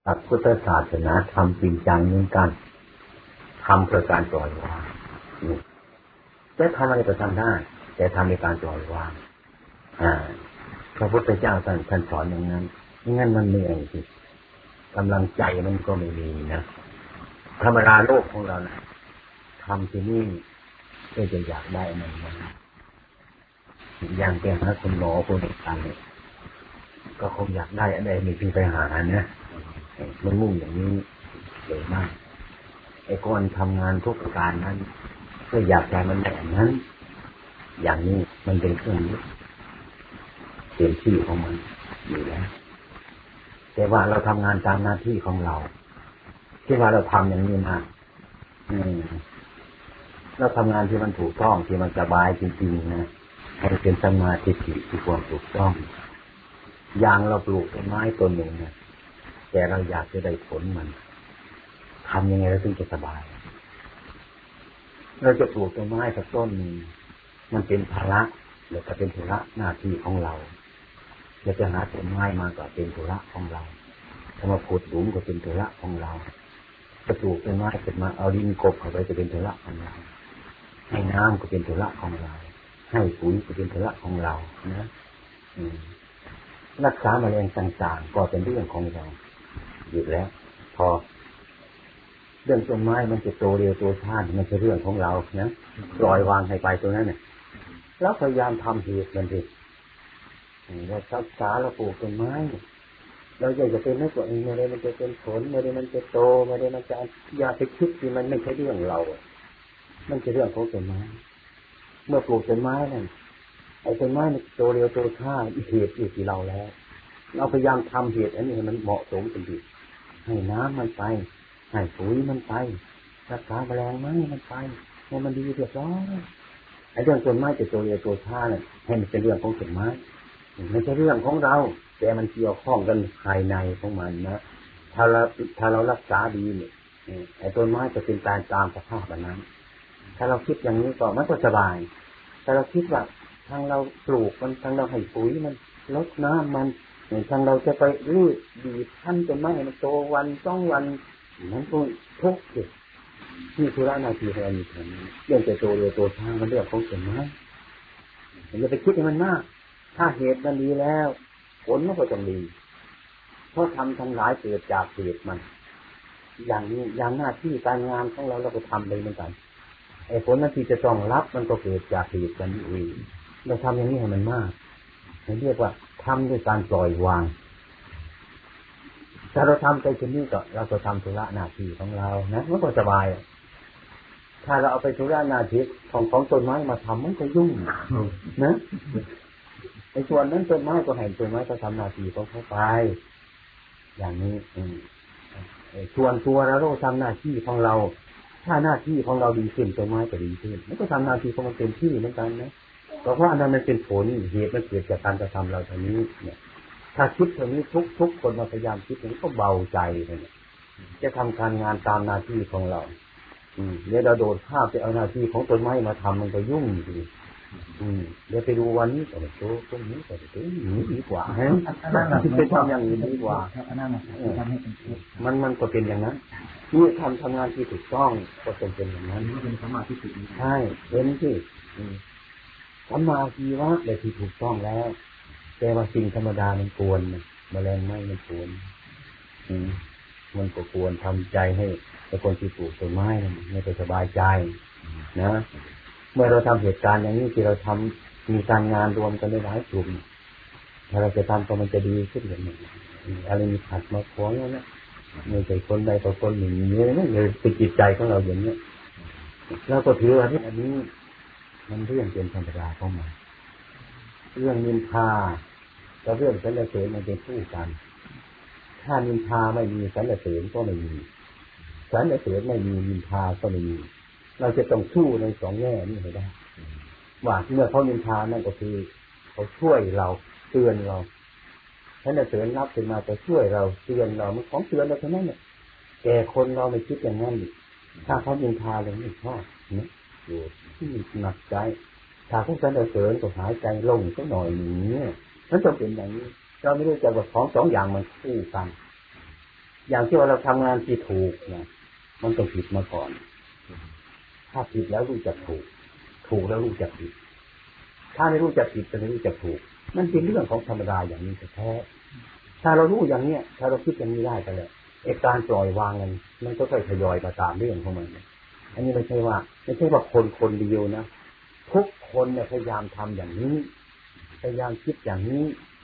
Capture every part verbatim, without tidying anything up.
หลักพุทธศาสนาทำจริงจังเหมือนกันทำเพื่อการปล่อยวางจะทำอะไรก็ทำได้แต่ทำในการปล่อยวางอ่าพระพุทธเจ้าท่านท่านสอนอย่างนั้นงั้นมันเหนื่อยสิกำลังใจมันก็ไม่มีนะธรรมดาโลกของเรานะทำที่นี่ก็จะอยากได้มันมันอย่างแกพระคุณหมอคนต่างเนี่ยก็คงอยากได้อะไรมีพี่ไปหานะมันมุ่งอย่างนี้เลยมากไอ้คนทำงานทุกประการนั้นก็อยากได้มันแบบนั้นอย่างนี้มันเป็นเครื่องยึดเต็มที่ของมันอยู่แล้วแต่ว่าเราทำงานตามหน้าที่ของเราที่ว่าเราทำอย่างนี้นะอืมเราทำงานที่มันถูกต้องที่มันสบายจริงๆนะให้เป็นสมาธิที่ความถูกต้องอย่างเราปลูกต้นไม้ต้นหนึ่งนะแต่เราอยากจะได้ผลมันทำยังไงเราถึงจะสบายเราจะปลูกต้นไม้สักต้นนึงมันเป็นภาระหรือจะเป็นภาระหน้าที่ของเราเราจะหาต้นไม้มาก็เป็นภาระของเราถ้ามาขุดหลุมก็เป็นภาระของเราจะปลูกต้นไม้เสร็จมาเอาดินกบเข้าไปจะเป็นภาระของเราให้น้ำก็เป็นภาระของเราให้ปุ๋ยก็เป็นภาระของเรานะรักษาแมลงต่างๆก็เป็นเรื่องของเราอยู่แล้วพอเรื่องต้นไม้มันจะโตเร็วโตช้ามันเป็นเรื่องของเรานะปล่อยวางให้ไปตรงนั้นเนี่ยแล้วพยายามทำเหตุมันดิเรารักษาเราปลูกต้นไม้เราอยากจะเป็นให้ตัวเองเมื่อไรมันจะเป็นผลเมื่อไรมันจะโตเมื่อไรมันจะอย่าไปคิดที่มันไม่ใช่เรื่องเรามันจะเรื่องของต้นไม้เมื่อปลูกต้นไม้นั่นไอ้ต้นไม้มันโตเร็วโตช้าเหตุอยู่ที่เราแล้วเราพยายามทำเหตุอันนี้ให้มันเหมาะสมกันดิให้น้ำมันไปให้ปุ๋ยมันไปรักษาแมลงไม้มันไปให้มันดีเรียบร้อยไอ้เรื่องต้นไม้จะโตเร็วโตช้าเนี่ยให้มันเป็นเรื่องของต้นไม้ไม่ใช่เรื่องของเราแต่มันเกี่ยวข้องกันภายในของมันนะถ้าเราถ้าเรารักษาดีเนี่ยไอ้ต้นไม้จะเป็นการตามสภาพแบบนั้นถ้าเราคิดอย่างนี้ก็มันก็สบายถ้าเราคิดว่าทางเราปลูกมันทางเราให้ปุ๋ยมันลดน้ำมันทางเราจะไปรีดดีท่านต้นไม้มันโตวันสองวันนั้นก็ทุกข์สินี่คือหน้าที่ของเราอยู่ตรงนี้เรื่องจะโตเร็วโตช้ามันเรื่องของต้นไม้อย่าไปคิดให้มันมากถ้าเหตุมันดีแล้วผลมันก็จะดีเพราะทำทั้งหลายเกิดจากเหตุมันอย่างนี้อย่างหน้าที่การงานของเราเราก็ทำเลยเหมือนกันไอ้ผลนั้นที่จะต้องรับมันก็เกิดจากเหตุกันเองเราทำอย่างนี้ให้มันมากเรียกว่าทำด้วยการปล่อยวางถ้าเราทำไปเช่นนี้ก็เราก็ทำธุระหน้าที่ของเรานะมันก็สบายถ้าเราเอาไปธุระหน้าที่ของของต้นไม้มาทำมันก็ยุ่งนะในส่วนนั้นต้นไม้ก็ให้ต้นไม้ก็ทำหน้าที่ของเขาไปอย่างนี้ส่วนตัวเราเราทำหน้าที่ของเราถ้าหน้าที่ของเราดีขึ้นต้นไม้ก็ดีขึ้นมันก็ทำหน้าที่ของมันเต็มที่เหมือนกันนะเพราะอันนั้นมันเป็นผลเหตุมันเกิดจากการกระทำเราตรงนี้เนี่ยถ้าคิดตรงนี้ทุกทุกคนมาพยายามคิดตรงนี้ก็เบาใจเลยจะทำการงานตามหน้าที่ของเราอืมเดี๋ยวเราโดดข้ามไปเอาหน้าที่ของต้นไม้มาทำมันก็ยุ่งดีอืมเดี๋ยวไปดูวันนี้ก็โตตรงนี้ก็โตนี้ดีกว่าฮะไปทำอย่างนี้ดีกว่ามันมันก็เป็นอย่างนั้นนี่ทำทำงานที่ถูกต้องก็เป็นเป็นอย่างนั้นเป็นสมาธิถูกใช่เป็นที่สัมมาชีวะเลยที่ถูกต้องแล้วแต่ว่าสิ่งธรรมดามันกวนแมลงไม้มันกวนมันก็ควรทำใจให้แต่คนที่ปลูกต้นไม้ไม่ไปสบายใจนะเมื่อเราทำเหตุการณ์อย่างนี้ที่เราทำมีการงานรวมกันได้หลายกลุ่มถ้าเราจะทำก็มันจะดีขึ้นอย่างนี้อะไรมีขัดมาขวางแล้วนะไม่ใช่คนใดต่อคนหนึ่งนี้นะเลยติดจิตใจของเราอย่างนี้เราก็ถือว่าที่อันนี้มันเรื่องเป็นธรรมดาเข้ามาเรื่องนินทากับเรื่องสรรเสริญมันเป็นคู่กันถ้านินทาไม่มีสรรเสริญก็ไม่มีสรรเสริญไม่มีนินทาก็ไม่มีเราจะต้องสู้ในสองแง่นี้ให้ได้ว่าเมื่อเขานินทานั่นก็คือเขาช่วยเราเตือนเราสรรเสริญรับขึ้นมาจะช่วยเราเตือนเรามันของเตือนเราเท่านั้นเนี่ยแต่คนเราไม่คิดอย่างนั้นถ้าเขานินทาเราไม่ชอบเนี่ยอยู่ที่หนักใจถ้าเขาสรรเสริญก็หายใจลงสักหน่อยหนึ่งเนี่ยมันต้องเป็นอย่างนี้เราไม่รู้จักว่าของสองอย่างมันคู่กันอย่างที่ว่าเราทำงานที่ถูกเนี่ยมันต้องผิดมาก่อนถ้าผิดแล้วรู้จักถูกถูกแล้วรู้จักผิดถ้าไม่รู้จักผิดจะไม่รู้จักถูกมันเป็นเรื่องของธรรมดาอย่างนี้แท้ถ้าเรารู้อย่างเนี้ยถ้าเราคิดอย่างนี้ได้ไปเลยไอ้การปล่อยวางมันมันก็ค่อยทยอยมาตามเรื่องของมันอันนี้ไม่ใช่ว่าไม่ใช่ว่าคนคนเดียวนะทุกคนเนี่ยพยายามทำอย่างนี้พยายามคิดอย่างนี้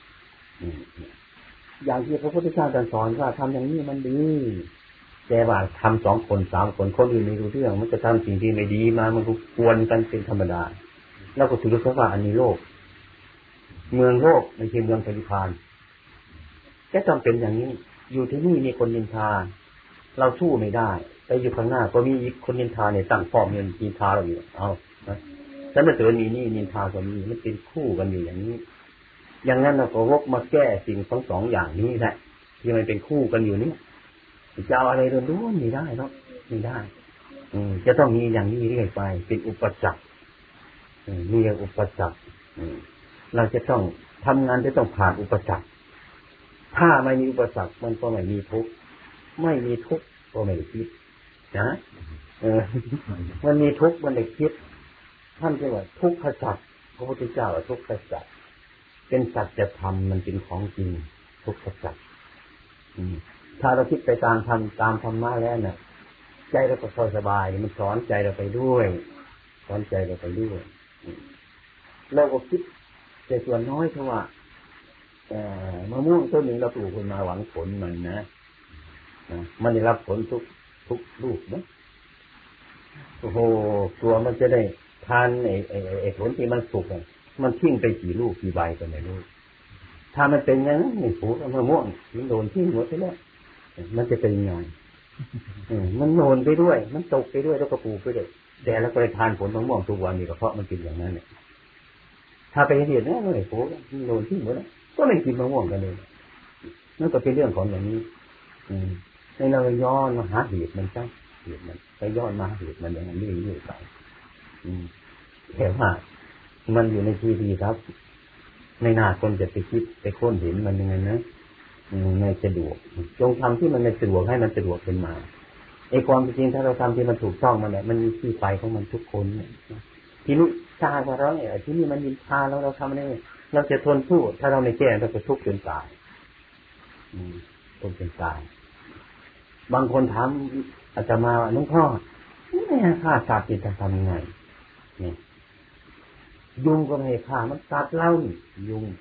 อย่างที่พระพุทธเจ้าสอนว่าทำอย่างนี้มันดีแต่ว่าทำสองคนสามคนคนอื่นไม่รู้เรื่องมันจะทำสิ่งที่ไม่ดีมามันก็กวนกันเป็นธรรมดาเราก็ถือว่าอันนี้โลกเมืองโลกไม่ใช่เมืองพระนิพพานแค่จำเป็นอย่างนี้อยู่ที่นี่มีคนนินทาเราสู้ไม่ได้ไปอยู่ข้างหน้าก็มีคนนินทาเนี่ยตั้งป้อมเนี่ยนินทาเราอยู่เอาแล้วมันเกิดมีนี่นินทาก็มีมันเป็นคู่กันอยู่อย่างนี้อย่างนั้นเราก็วกมาแก้สิ่งทั้งสองอย่างนี้แหละที่มันเป็นคู่กันอยู่นี้จะเอาอะไรเรื่องนู้นไม่ได้เนาะไม่ได้อืมจะต้องมีอย่างนี้เรื่อยไปเป็นอุปสรรคมีอุปสรรคเราจะต้องทำงานจะต้องผ่านอุปสรรคถ้าไม่มีอุปสรรคมันก็ไม่มีทุกข์ไม่มีทุกข์ก็ไม่ได้คิดนะเออมันมีทุกข์มันได้คิดท่านเรียกว่าทุกขสัจพระพุทธเจ้าว่าทุกขสัจเป็นสัจธรรมมันเป็นของจริงทุกขสัจถ้าเราคิดไปตามธรรมตามธรรมะแล้วเนี่ยใจเราก็สบายมันสอนใจเราไปด้วยสอนใจเราไปด้วยเราก็คิดแต่ส่วนน้อยเท่าว่ามะม่วงต้นหนึ่งเราปลูกขึ้นมาหวังผลมันนะมันได้รับผลทุกทุกลูกนะโอ้โหตัวมันจะได้ทานไอ้ไอ้ไอ้ผลที่มันสุกมันทิ้งไปกี่ลูกกี่ใบก็ไม่รู้ถ้ามันเป็นอย่างนั้นนี่ปลูกมะม่วงมันโดนทิ้งหมดไปแล้วมันจะเป็นยังไงมันโดนไปด้วยมันตกไปด้วยแล้วก็ปลูกไปด้วยแต่แล้วก็ได้ทานผลมะม่วงทุกวันนี่ก็เพราะมันกินอย่างนั้นเนี่ยถ้าไปเห็นนะไม่ปลูกมันโดนทิ้งหมดแล้วก็ไม่กินมะม่วงกันเลยนั่นก็เป็นเรื่องของอย่างนี้ในเราย้อนมาหาเหตุมันใช่เหตุมันไปย้อนมาเหตุมันอย่างนั้นเรื่อยๆไปแต่ว่ามันอยู่ในทีดีครับไม่น่าคนจะไปคิดไปค้นเห็นมันยังไงนะไม่สะดวกจงทำที่มันไม่สะดวกให้มันสะดวกขึ้นมาไอ้ความจริงถ้าเราทำที่มันถูกต้องมันเนี่ยมันมีที่ไปของมันทุกคนที่นู้นชาว่าเราเนี่ยที่นี่มันยินชาแล้วเราทำอะไรเราจะทนสู้ถ้าเราไม่แก้เราจะทุกข์จนตายทุกข์จนตายบางคนถามอาจจะมาหลวงพ่อนี่ฆ่าสัตว์จะทำยังไงนี่ยุงก็ไม่ให้ฆ่ามันกัดเรายุง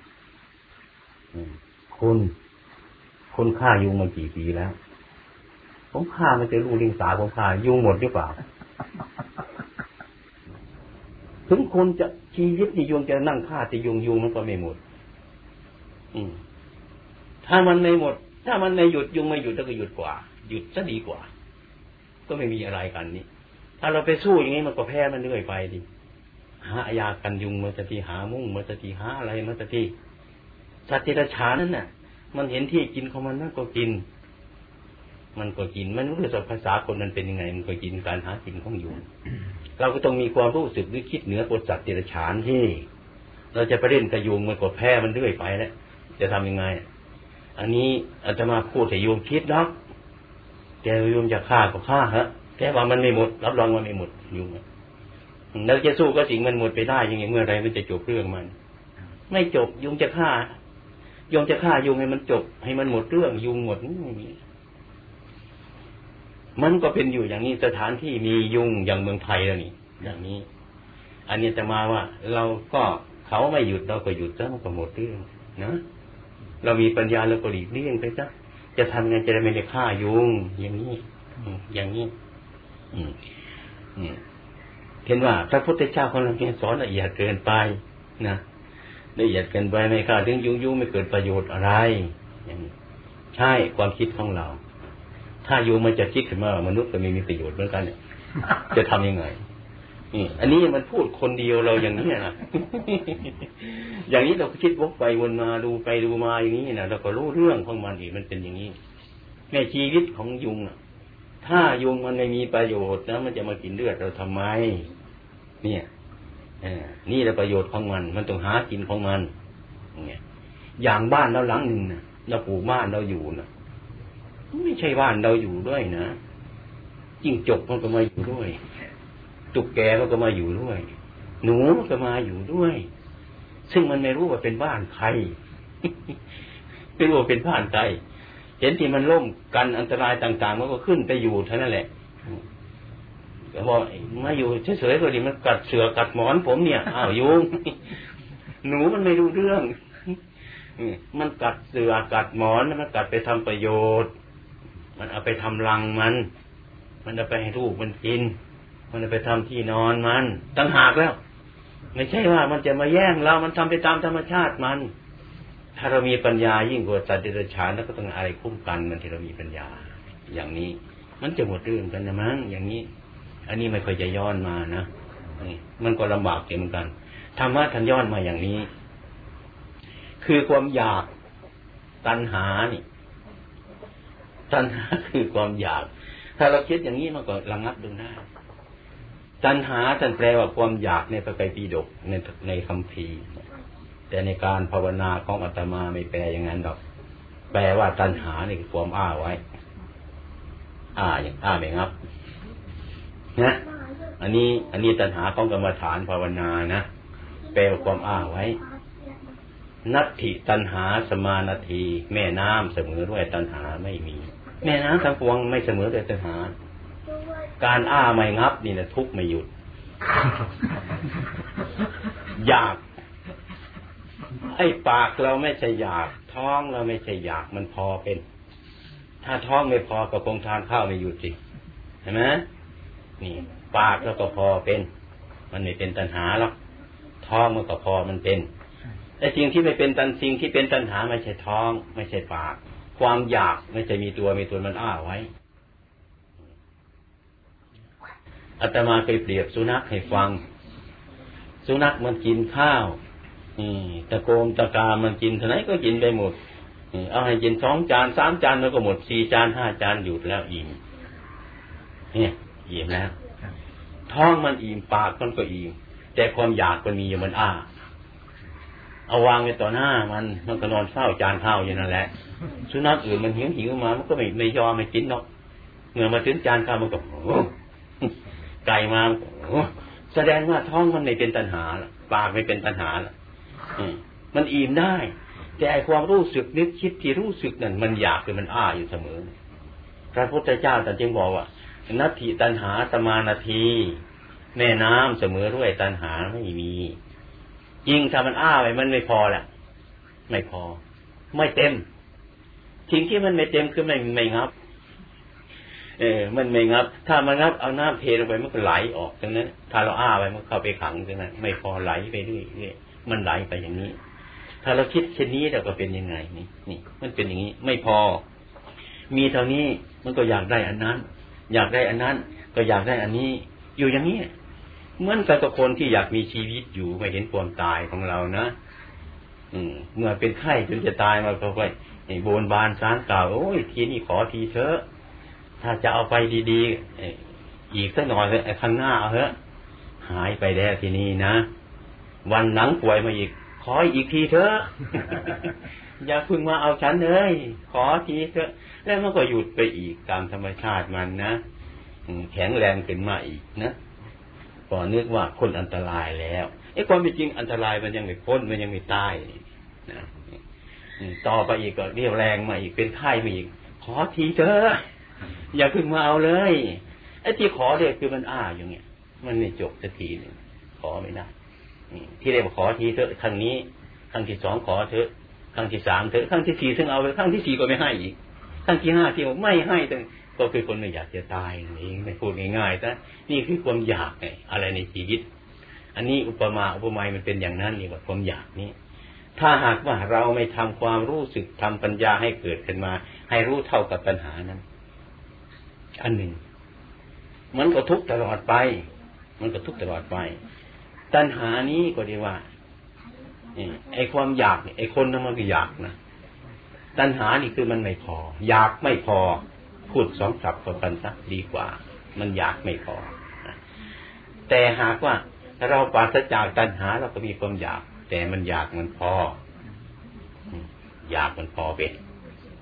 คุณคุณฆ่ายุงมากี่ปีแล้วผมฆ่ามันจะรู้ลิงสาผมฆ่ายุงหมดหรือเปล่าถึงคนจะชีวิตที่ยุงจะนั่งฆ่าจะยุงยุงมันก็ไม่หมดอืมถ้ามันไม่หมดถ้ามันไม่หยุดยุงไม่หยุดแล้วก็หยุดกว่าหยุดจะดีกว่าก็ไม่มีอะไรกันนี่ถ้าเราไปสู้อย่างนี้มันก็แพ้มันเรื่อยไปดิหาอายากันยุงมาจะทีหามุ้งมาจะทีหาอะไรมาจะทีสัตว์เดรัจฉานนั่นน่ะมันเห็นที่กินของมันนั่นก็กินมันก็กินมันรู้สึกภาษาคนมันเป็นยังไงมันก็กินการหากินของยุง เราก็ต้องมีความรู้สึกหรือคิดเหนือกว่าสัตว์เดรัจฉานที่เราจะไปเล่นกับยุงมันก็แพ้มันเรื่อยไปแล้วจะทำยังไงอันนี้อาตมาพูดแต่โยมคิดนะแต่โยมจะฆ่าก็ฆ่าฮะแต่ว่ามันไม่หมดรับรองว่าไม่หมดยุงเราจะสู้กับสิ่งมันหมดไปได้ยังไงเมื่อไรมันจะจบเรื่องมันไม่จบยุงจะฆ่ายุงจะฆ่ายุงให้มันจบให้มันหมดเรื่องยุงหมดไม่มีมันก็เป็นอยู่อย่างนี้สถานที่มียุงอย่างเมืองไทยแล้วนี่อย่างนี้อันนี้จะมาว่าเราก็เขาไม่หยุดเราก็หยุดซะมันก็หมดเรื่องนะเรามีปัญญาเราก็หลีกเลี่ยงไปซะจะทำไงจะได้ไม่ได้ฆ่ายุงอย่างนี้อย่างนี้อืมอืมเห็นว่าพระพุทธเจ้าของเราสอนละเอียดเกินไปนะละเอียดเกินไปไม่ฆ่าถึงยุงยุงไม่เกิดประโยชน์อะไรอย่างนี้ใช่ความคิดของเราถ้ายุงมันจะคิดขึ้นมามนุษย์ก็ไม่มีประโยชน์เหมือนกันเนี่ยจะทำยังไงนี่อันนี้มันพูดคนเดียวเราอย่างนี้นะอย่างนี้เราคิดวกไปวนมาดูไปดูมาอย่างนี้นะเราก็รู้เรื่องของมันอีกมันเป็นอย่างนี้ในชีวิตของยุงอ่ะถ้ายุงมันไม่มีประโยชน์นะมันจะมากินเลือดเราทำไมเนี่ยนี่แหละประโยชน์ของมันมันต้องหากินของมันอย่างบ้านเราหลังหนึ่งนะเราปลูกบ้านเราอยู่นะไม่ใช่บ้านเราอยู่ด้วยนะจิ้งจกมันก็มาอยู่ด้วยตุ๊กแกมันก็มาอยู่ด้วยหนูมันก็มาอยู่ด้วยซึ่งมันไม่รู้ว่าเป็นบ้านใครไม่รู้ว่าเป็นบ้านใครเห็นที่มันล่มกันอันตรายต่างๆมันก็ขึ้นไปอยู่เท่านั้นแหละก็บอกมาอยู่เฉยๆก็ดีมันกัดเสือกัดหมอนผมเนี่ยอ้าวยุงหนูมันไม่รู้เรื่องมันกัดเสือกัดหมอนมันกัดไปทำประโยชน์มันเอาไปทำรังมันมันเอาไปให้ลูกมันกินมันเอาไปทำที่นอนมันตั้งหากแล้วไม่ใช่ว่ามันจะมาแย่งเรามันทำไปตามธรรมชาติมันถ้าเรามีปัญญายิ่งกว่าสัตว์เดรัจฉานแล้วก็ต้องอะไรคุ้มกันมันที่เรามีปัญญาอย่างนี้มันจะหมดเรื่องกันนะมั้งอย่างนี้อันนี้ไม่ค่อยจะย้อนมานะนี่มันก็ลำบากเหมือนกันธรรมะท่านย้อนมาอย่างนี้คือความอยากตัณหานี่ตัณหาคือความอยากถ้าเราคิดอย่างนี้มันก็ระงับลงได้ตัณหาท่านแปลว่าความอยากในพระไตรปิฎกในในคัมภีร์แต่ในการภาวนาของอาตมาไม่แปลอย่างนั้นหรอกแปลว่าตัณหานี่คือความอ้าไว้อ้าอย่างอ้าไม่งับนะอันนี้อันนี้ตัณหาของกรรมฐานภาวนานะแปลว่าความอ้าไว้นัตถิตัณหาสมานาทีแม่น้ำเสมอด้วยตัณหาไม่มีแม่น้ำทั้งปวงไม่เสมอด้วยตัณหาการอ้าไม่งับนี่นะทุกข์ไม่หยุดอยากไอ้ปากเราไม่ใช่อยากท้องเราไม่ใช่อยากมันพอเป็นถ้าท้องไม่พอก็คงทานข้าวไม่หยุดสิเห็นไหมนี่ปากเราก็พอเป็นมันไม่เป็นตัณหาหรอกท้องมันก็พอมันเป็นไอ้สิ่งที่ไม่เป็นตัณสิ่งที่เป็นตัณหาไม่ใช่ท้องไม่ใช่ปากความอยากไม่ใช่มีตัวมีตนมันอ้าไว้อาตมาเคยเปรียบสุนัขให้ฟังสุนัขมันกินข้าวตะโกมตะกามันกินเท่าไหร่ก็กินไปหมดเอาให้กินสองจานสามจานมันก็หมดสี่จานห้าจานหยุดแล้วอิ่มเนี่ยอิ่มแล้วท้องมันอิ่มปากมันก็อิ่มแต่ความอยากมันมีอยู่มันอ้าเอาวางไว้ต่อหน้ามันมันก็นอนเฝ้าจานข้าวอยู่นั่นแหละสุนัขอื่นมันหิวหิวมามันก็ไม่ไม่ยอมไม่กินหรอกเมื่อมาถึงจานข้าวมันก็ไก่มาแสดงว่าท้องมันไม่เป็นตัณหาปากไม่เป็นตัณหามันอิ่มได้แต่ไอความรู้สึกนึกคิดที่รู้สึกนั่นมันอยากคือมันอ้าอยู่เสมอพระพุทธเจ้าท่านจึงบอกว่านัตถิตัณหาสมานาทีแม่น้ำเสมอด้วยตัณหาไม่มียิ่งถ้ามันอ้าไปมันไม่พอแหละไม่พอไม่เต็มสิ่งที่มันไม่เต็มคือไม่ไม่งับเออมันไม่งับถ้ามันงับเอาน้ำเทลงไปมันก็ไหลออกตรงนั้นถ้าเราอ้าไปมันเข้าไปขังตรงนั้นไม่พอไหลไปเรื่อยๆมันไหลไปอย่างนี้ถ้าเราคิดเช่นนี้เราก็เป็นยังไงนี่นี่มันเป็นอย่างนี้ไม่พอมีเท่านี้มันก็อยากได้อันนั้นอยากได้อันนั้นก็อยากได้อันนี้อยู่อย่างนี้เหมือนกับคนที่อยากมีชีวิตอยู่ไม่เห็นความตายของเรานะอืมเมื่อเป็นไข้จนจะตายมาก็ไปโบนบานสารกล่าวโอ้ยทีนี้ขอทีเถอะถ้าจะเอาไปดีๆอีกสักหน่อยเลยข้างหน้าเอาเถอะหายไปแล้วทีนี้นะวันหลังป่วยมาอีกขออีกทีเถอะอย่าพึ่งมาเอาฉันเลยขอทีเถอะแล้วมันก็หยุดไปอีกตามธรรมชาติมันนะแข็งแรงขึ้นมาอีกนะก็นึกว่าคนอันตรายแล้วไอ้ความเป็นจริงอันตรายมันยังไม่พ้นมันยังไม่ตายนะต่อไปอีกก็เรียวแรงมาอีกเป็นไข้มาอีกขอทีเถอะอย่าพึ่งมาเอาเลยไอ้ที่ขอเด็กคือมันอ้าอย่างเงี้ยมันไม่จบสักทีนึงขอไม่ได้ที่เรียกว่าขอทีเถอะครั้งนี้ครั้งที่สองขอเถอะครั้งที่สามเถอะครั้งที่สี่ถึงเอาไปครั้งที่สี่ก็ไม่ให้อีกครั้งที่ห้าที่ไม่ให้แต่ก็คือคนไม่อยากจะตายนี่ไม่พูดง่ายๆแต่นี่คือความอยากไงอะไรในชีวิตอันนี้อุปมาอุปไมยมันเป็นอย่างนั้นนี่ว่าความอยากนี้ถ้าหากว่าเราไม่ทำความรู้สึกทำปัญญาให้เกิดขึ้นมาให้รู้เท่ากับปัญหานั้นอันหนึ่งมันก็ทุกข์ตลอดไปมันก็ทุกข์ตลอดไปตัณหานี้ก็ดีว่าไอ้ความอยากไอ้คนนั้นมันก็อยากนะตัณหานี่คือมันไม่พออยากไม่พอพูดสองศัพท์กันซะดีกว่ามันอยากไม่พอแต่หากว่าเราปราศจากตัณหาเราก็มีความอยากแต่มันอยากมันพออยากมันพอเป็น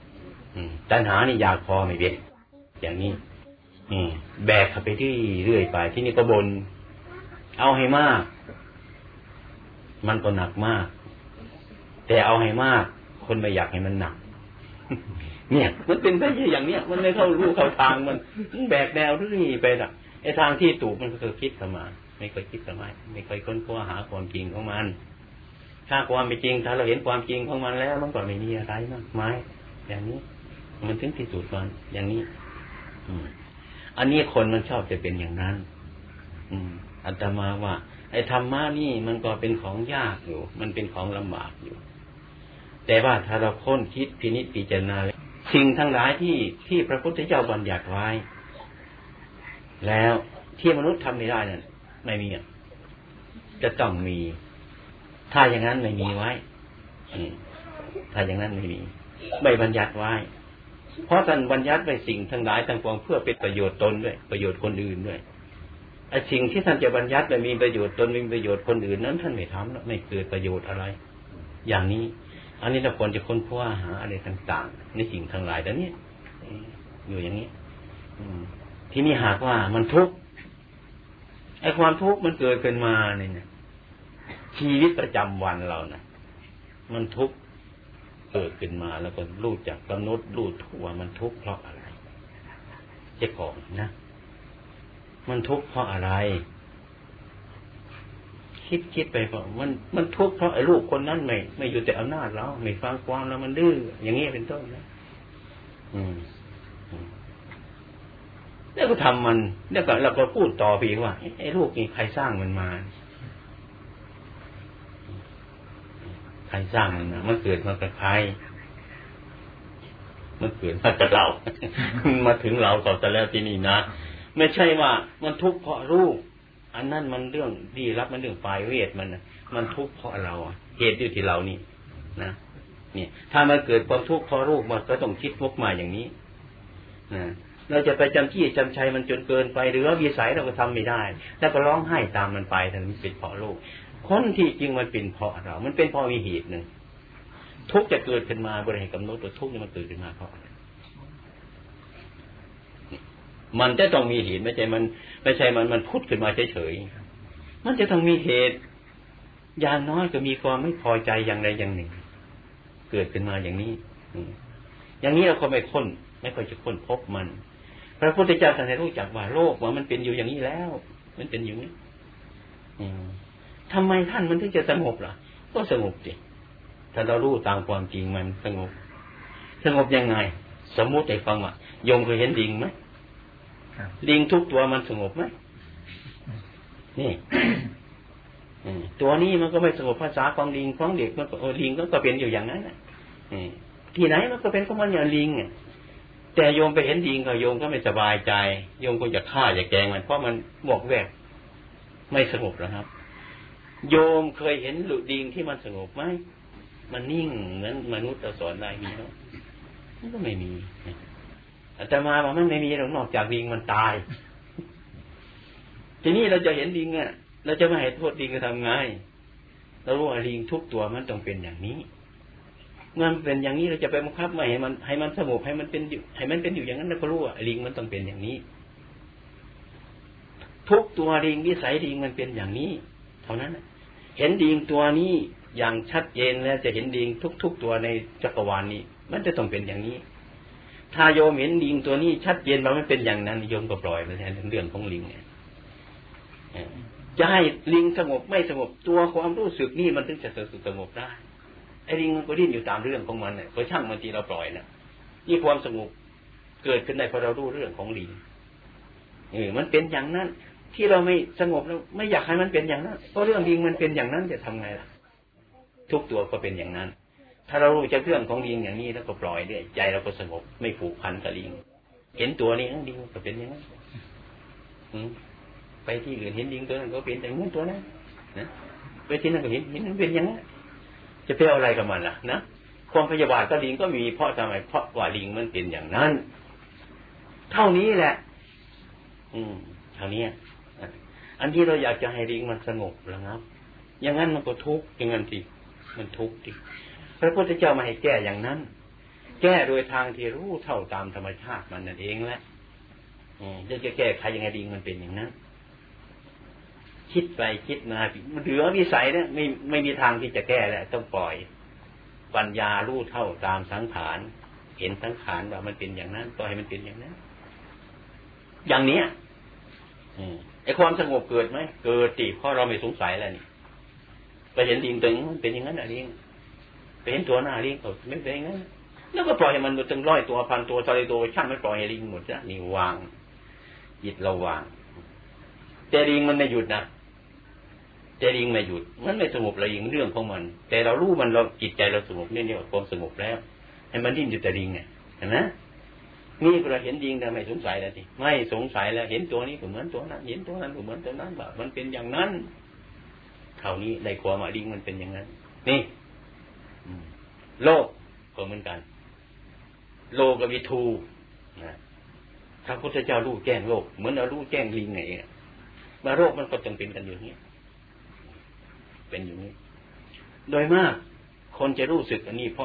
ตัณหานี่อยากพอไม่เว้นอย่างนี้แบกเข้าไปที่เรื่อยไปที่นี่ก็บนเอาให้มากมันก็หนักมากแต่เอาให้มากคนไม่อยากให้มันหนักเนี่ยมันเป็นไปอย่างเนี้ยมันไม่เข้ารู้เข้าทางมันแบกแนวเรื่อยไปน่ะไอ้ทางที่ถูกมันก็คือคิดเข้ามาไม่เคยคิดเข้ามาไม่เคยค้นคว้าหาความจริงของมันถ้าความเป็นจริงถ้าเราเห็นความจริงของมันแล้วมันก็ไม่มีอะไรมากมายอย่างนี้มันถึงที่สุดมันอย่างนี้อืมอันนี้คนมันชอบจะเป็นอย่างนั้นอืมอาตมาว่าไอ้ธรรมะนี่มันก็เป็นของยากอยู่มันเป็นของลำบากอยู่แต่ว่าถ้าเราค้นคิดพินิจพิจารณาสิ่งทั้งหลายที่ที่พระพุทธเจ้าบัญญัติไว้แล้วที่มนุษย์ทำไม่ได้นั่นไม่มีจะต้องมีถ้าอย่างนั้นไม่มีไว้ถ้าอย่างนั้นไม่มีไม่บัญญัติไว้เพราะท่านบัญญัติไว้สิ่งทั้งหลายทั้งปวงเพื่อเป็นประโยชน์ตนด้วยประโยชน์คนอื่นด้วยไอ้สิ่งที่ท่านจะบัญญัติไว้มีประโยชน์ตนมีประโยชน์คนอื่นนั้นท่านไม่ทำแล้วไม่เกิดประโยชน์อะไรอย่างนี้อันนี้เราควรจะค้นคว้าหาอะไรต่างๆในสิ่งทั้งหลายแต่นี้อยู่อย่างนี้ที่นี่หากว่ามันทุกข์ไอ้ความทุกข์มันเกิดขึ้นมาเนี่ยชีวิตประจำวันเรานะมันทุกข์เกิดขึ้นมาแล้วก็รู้จักกำหนดรู้ทั่วมันทุกข์เพราะอะไรเจ้าของนะมันทุกข์เพราะอะไรคิดคิดไปเพราะมันมันทุกข์เพราะไอ้ลูกคนนั้นไม่ไม่อยู่แต่อำนาจเราไม่ฟังความแล้วมันดื้ออย่างนี้เป็นต้นนะอืมแล้วก็ทำมันแล้วก็เราก็พูดต่อไปว่าไอ้ลูกนี่ใครสร้างมันมาใครสร้างมันมามันเกิดมากับใครมันเกิดมากับเรามาถึงเราต่อแต่แล้วที่นี่นะไม่ใช่ว่ามันทุกข์เพราะลูกอันนั้นมันเรื่องดีรับมันเรื่องฝ่ายเวทมันนะมันทุกข์เพราะเราเหตุอยู่ที่เรานี่นะเนี่ยถ้ามันเกิดความทุกข์เพราะลูกมันก็ต้องคิดวกมาอย่างนี้นะเราจะไปจำที่จำชัยมันจนเกินไปหรือว่าวิสัยเราก็ทำไม่ได้แล้วก็ร้องไห้ตามมันไปแต่มันเป็นเพราะลูกคนที่จริงมันเป็นเพราะเรามันเป็นเพราะมีเหตุหนึ่งทุกข์จะเกิดขึ้นมาบริหารกำหนดตัวทุกข์นี่มันเกิดขึ้นมาเพราะอะไรมันจะต้องมีเหตุไม่ใช่มันไม่ใช่มันมันพุทธขึ้นมาเฉยๆมันจะต้องมีเหตุอย่างน้อยก็มีความไม่พอใจอย่างใดอย่างหนึ่งเกิดขึ้นมาอย่างนี้อย่างนี้เราก็ไม่ค้นไม่ค่อยจะค้นพบมันพระพุทธเจ้าท่านให้รู้จักว่าโลกว่ามันเป็นอยู่อย่างนี้แล้วมันเป็นอยู่นี้ทำไมท่านมันถึงจะสงบล่ะก็สงบสิถ้าเรารู้ตามความจริงมันสงบสงบยังไงสมมุติให้ฟังว่าโยมเคยเห็นลิงไหมลิงทุกตัวมันสงบไหมนี่ตัวนี้มันก็ไม่สงบภาษาของลิงของเด็กมันก็ลิงก็เป็นอยู่อย่างนั้นที่ไหนมันก็เป็นของมันอย่างลิงแต่โยมไปเห็นลิงก็โยมก็ไม่สบายใจโยมก็จะฆ่าจะแกล้งมันเพราะมันบวกแวกไม่สงบแล้วครับโยมเคยเห็นลิงที่มันสงบไหมมันนิ่งเหมือนมนุษย์เราสอนได้มีไหมมันก็ไม่มีอาตมาบอกมันไม่มีหรอกนอกจากลิงมันตายทีนี้เราจะเห็นลิงอ่ะเราจะไม่ให้โทษลิงจะทำไงเรารู้ว่าลิงทุกตัวมันต้องเป็นอย่างนี้เมื่อมันเป็นอย่างนี้เราจะไปบังคับไม่ให้มันให้มันสงบให้มันเป็นอยู่ให้มันเป็นอยู่อย่างนั้นเราก็รู้ว่าลิงมันต้องเป็นอย่างนี้ทุกตัวลิงนิสัยลิงมันเป็นอย่างนี้เท่านั้นเห็นลิงตัวนี้อย่างชัดเจนแล้วจะเห็นลิงทุกๆตัวในจักรวาลนี้มันจะต้องเป็นอย่างนี้ถ้าโยมเห็นลิงตัวนี้ชัดเจนว่ามันเป็นอย่างนั้นโยมก็ปล่อยไปแทนเรื่องของลิงเนี่ยจะให้ลิงสงบไม่สงบตัวความรู้สึกนี่มันถึงจะสงบได้ไอ้ลิงมันก็ดิ้นอยู่ตามเรื่องของมันเนี่ยก็ช่างมันทีเราปล่อยนะนี่ความสงบเกิดขึ้นได้เพราะเรารู้เรื่องของลิงเออมันเป็นอย่างนั้นที่เราไม่สงบแล้วไม่อยากให้มันเป็นอย่างนั้นเพราะเรื่องลิงมันเป็นอย่างนั้นจะทำไงล่ะทุกตัวก็เป็นอย่างนั้นถ้าเรารู้จักเรื่องของลิงอย่างนี้แล้วก็ปล่อยเนี่ยใจเราก็สงบไม่ผูกพันกับลิงเห็นตัวนี้ลิงก็เป็นอย่างนั้นไปที่อื่นเห็นลิงตัวนั้นก็เป็นอย่างนั้นตัวนั้นนะไปที่นั่นก็เห็นเห็นมันเป็นอย่างนั้นจะไปเอาอะไรกับมันล่ะนะความพยาบาทกับลิงก็มีเพราะทำไมเพราะว่าลิงมันเป็นอย่างนั้นเท่านี้แหละอืมเท่านี้อันที่เราอยากจะให้ลิงมันสงบแล้วครับอย่างนั้นมันก็ทุกข์อย่างนั้นทีมันทุกข์ทีพระพุทธเจ้ามาให้แก้อย่างนั้นแก้โดยทางที่รู้เท่าตามธรรมชาติมันนั่นเองแหละจะจะแก้ใครยังไงลิงมันเป็นอย่างนั้นคิดไปคิดมามันเหลือวิสัยเนี่ยไม่ไม่มีทางที่จะแก้แล้วต้องปล่อยปัญญารู้เท่าตามสังขารเห็นสังขารว่ามันเป็นอย่างนั้นปล่อยให้มันเป็นอย่างนั้นอย่างเนี้ยไอ้ความสงบเกิดไหมเกิดติเพราะเราไม่สงสัยแล้วนี่ไปเห็นลิงตัวนี้มันเป็นอย่างนั้นอะลิงไปเห็นตัวหน้าลิงก็ไม่เป็นอย่างนั้นแล้วก็ปล่อยให้มันตั้งร้อยตัวพันตัวทะเลตัวช่างไม่ปล่อยให้ลิงหมดนะนี่วางจิตเราวางแต่ลิงมันไม่หยุดนะแต่ลิงไม่หยุดมันไม่สงบเลยลิงเรื่องของมันแต่เรารู้มันเราจิตใจเราสงบเนี่ยเนี่ยความสงบแล้วให้มันดิ้นอยู่แต่ลิงเนี่ยเห็นไหมนี่เราเห็นลิงแต่ไม่สงสัยแล้วสิไม่สงสัยแล้วเห็นตัวนี้ก็เหมือนตัวนั้นเห็นตัวนั้นก็เหมือนตัวนั้นแบบมันเป็นอย่างนั้นเท่านี้ได้ความว่าลิงมันเป็นอย่างนั้นนี่โลกก็เหมือนกันโลกกับวิทูนะพระพุทธเจ้ารู้แจ้งโลกเหมือนเรารู้แจ้งลิงไงมาโลกมันก็จงเป็นกันอยู่นี้เป็นอยู่นี้โดยมากคนจะรู้สึกอันนี้เพราะ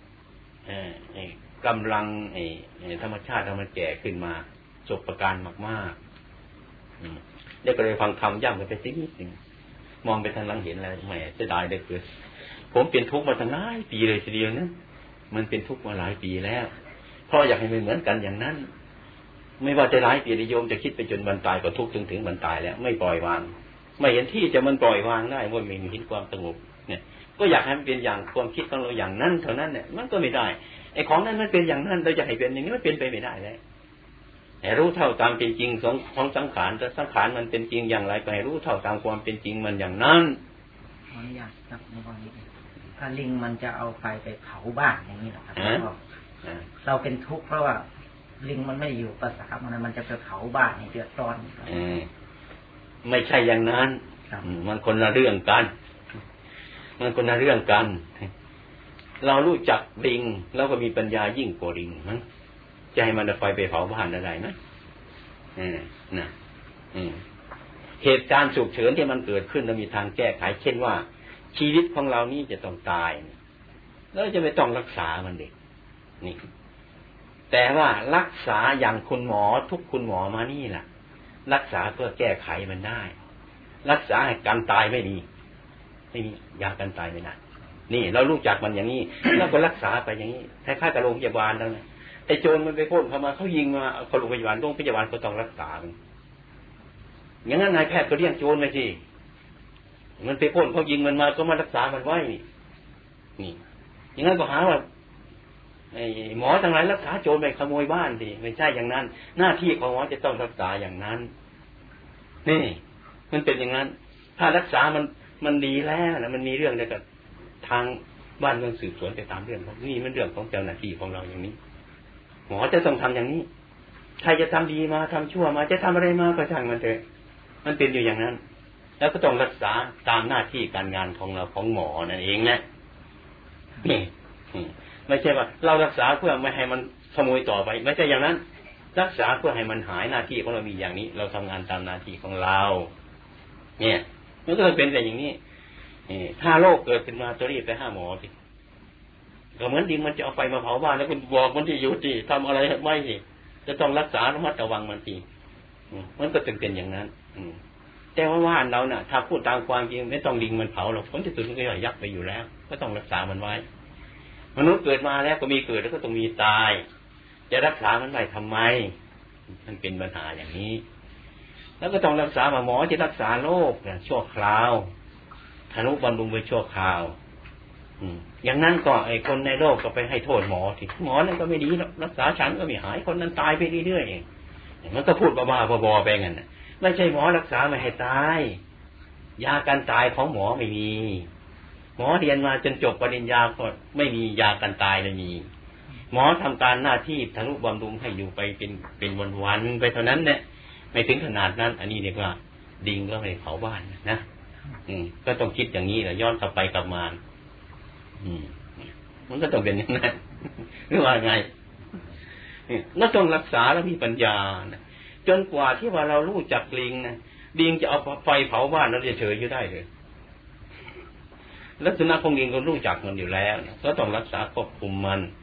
กำลังไอ้ธรรมชาติมันแก่ขึ้นมาจบประการมากๆได้ก็เลยฟังธรรมย่ำกันไปสักนิดหนึ่งมองไปทางหลังเห็นอะไรแหมจะได้ได้เกิดผมเป็นทุกข์มาตั้งหลายปีเลยทีเดียวนะมันเป็นทุกข์มาหลายปีแล้วเพราะอยากให้มันเหมือนกันอย่างนั้นไม่ว่าจะหลายปีนิยมจะคิดไปจนวันตายก็ทุกข์จนถึงวันตายแล้วไม่ปล่อยวางไม่เห็นที่จะมันปล่อยวางได้ว่าไม่เห็นความสงบเนี่ยก็อยากให้มันเป็นอย่างความคิดของเราอย่างนั้นเท่านั้นเนี่ยมันก็ไม่ได้ไอ้ของนั้นมันเป็นอย่างนั้นเราจะให้เป็นอย่างนี้มันเป็นไปไม่ได้เลยให้รู้เท่าตามเป็นจริงของของสังขารแต่สังขารมันเป็นจริงอย่างไรก็ให้รู้เท่าตามความเป็นจริงมันอย่างนั้นขออนุญาตครับในวันนี้ถ้าลิงมันจะเอาไฟไปเผาบ้านอย่างนี้หรอครับเราเป็นทุกข์เพราะว่าลิงมันไม่อยู่ภาษามันมันจะไปเผาบ้านให้เดือดร้อนไม่ใช่อย่างนั้นมันคนละเรื่องกันมันคนละเรื่องกันเรารู้จักลิงแล้วก็มีปัญญายิ่งกว่าลิงมั้งจะให้มันเอาไฟไปเผาบ้านได้ไหมนะเหตุการณ์ฉุกเฉินที่มันเกิดขึ้นเรามีทางแก้ไขเช่นว่าชีวิตของเรานี่จะต้องตายแล้วจะไม่ต้องรักษามันเด็กนี่แต่ว่ารักษาอย่างคุณหมอทุกคุณหมอมานี่แหละรักษาเพื่อแก้ไขมันได้รักษาให้การตายไม่มีไม่มียาการตายไม่ได้นี่เรารู้จักมันอย่างนี้แล้วก็รักษาไปอย่างนี้คล้ายๆกับโรงพยาบาลแล้วนะไอ้โจรมันไปพ่นเข้ามาเขายิงมาเขาโรงพยาบาลโรงพยาบาลก็ต้องรักษามันอย่างนั้นนายแพทย์ก็เรียกโจรไปสิมันไปพ่นเขายิงมันมาก็มารักษามันไว้นี่อย่างนั้นก็หาว่าไอ้หมอทั้งหลายรักษาโจรไปขโมยบ้านดิไม่ใช่อย่างนั้นหน้าที่ของหมอจะต้องรักษาอย่างนั้นนี่มันเป็นอย่างนั้นถ้ารักษามันมันดีแล้วนะมันมีเรื่องเดียวกับทางบ้านเมืองสืบสวนไปตามเรื่องนี่มันเรื่องของเจ้าหน้าที่ของเราอย่างนี้หมอจะต้องทำอย่างนี้ใครจะทำดีมาทำชั่วมาจะทำอะไรมาก็ช่างมันเถอะมันเป็นอยู่อย่างนั้นแล้วก็ต้องรักษาตามหน้าที่การงานของเราของหมอนั่นเองนะนี่ไม่ใช่ว่าเรารักษาเพื่อไม่ให้มันขโมยต่อไปไม่ใช่อย่างนั้นรักษาเพื่อให้มันหายหน้าที่ของเรามีอย่างนี้เราทำงานตามหน้าที่ของเราเนี่ยมันก็เลยเป็นแต่อย่างนี้ถ้าโรคเกิดขึ้นมาจะรีบไปหาหมอสิก็เหมือนดินมันจะเอาไฟมาเผาบ้านแล้วคุณบอกมันที่อยู่ที่ทำอะไรไม่สิจะต้องรักษาระมัดระวังมันทีมันก็จึงเป็นอย่างนั้นแต่ว่าว่านเราน่ะถ้าพูดตามความจริงไม่ต้องดินมันเผาหรอกผลที่สุดมันก็ย่อยยับไปอยู่แล้วก็ต้องรักษามันไว้มนุษย์เกิดมาแล้วก็มีเกิดแล้วก็ต้องมีตายจะรักษามันไว้ทำไมมันเป็นปัญหาอย่างนี้แล้วก็ต้องรักษาหมอที่รักษาโรคเนี่ยชั่วคราวทนุบำรุงไปชั่วคราวอย่างนั้นก็ไอ้คนในโลกก็ไปให้โทษหมอที่หมอนั่นก็ไม่ดีรักษาฉันก็ไม่หายคนนั้นตายไปเรื่อยๆเองมันก็พูดบ้าๆบอๆไปงั้นไม่ใช่หมอรักษาไม่ให้ตายยาการตายของหมอไม่มีหมอเรียนมาจนจบปริญญาก็ไม่มียาการตายเลยมีหมอทำการหน้าที่ทนุบำรุงให้อยู่ไปเป็นเป็นวันๆไปเท่านั้นเนี่ยไม่ถึงขนาดนั้นอันนี้เรียกว่าดิงก็ไม่เผาบ้านนะอืมก็ต้องคิดอย่างนี้แหละย้อนกลับไปกลับมาอืมมันก็ต้องเป็นอย่างนั้นหรือว่าไงแล้วต้องรักษาแล้วมีปัญญานะจนกว่าที่ว่าเรารู้จักลิงนะลิงจะเอาไฟเผาบ้านเราจะเฉยอยู่ได้เลยลักษณะของลิงก็รู้จักมันอยู่แล้วนะก็ต้องรักษาควบคุมมัน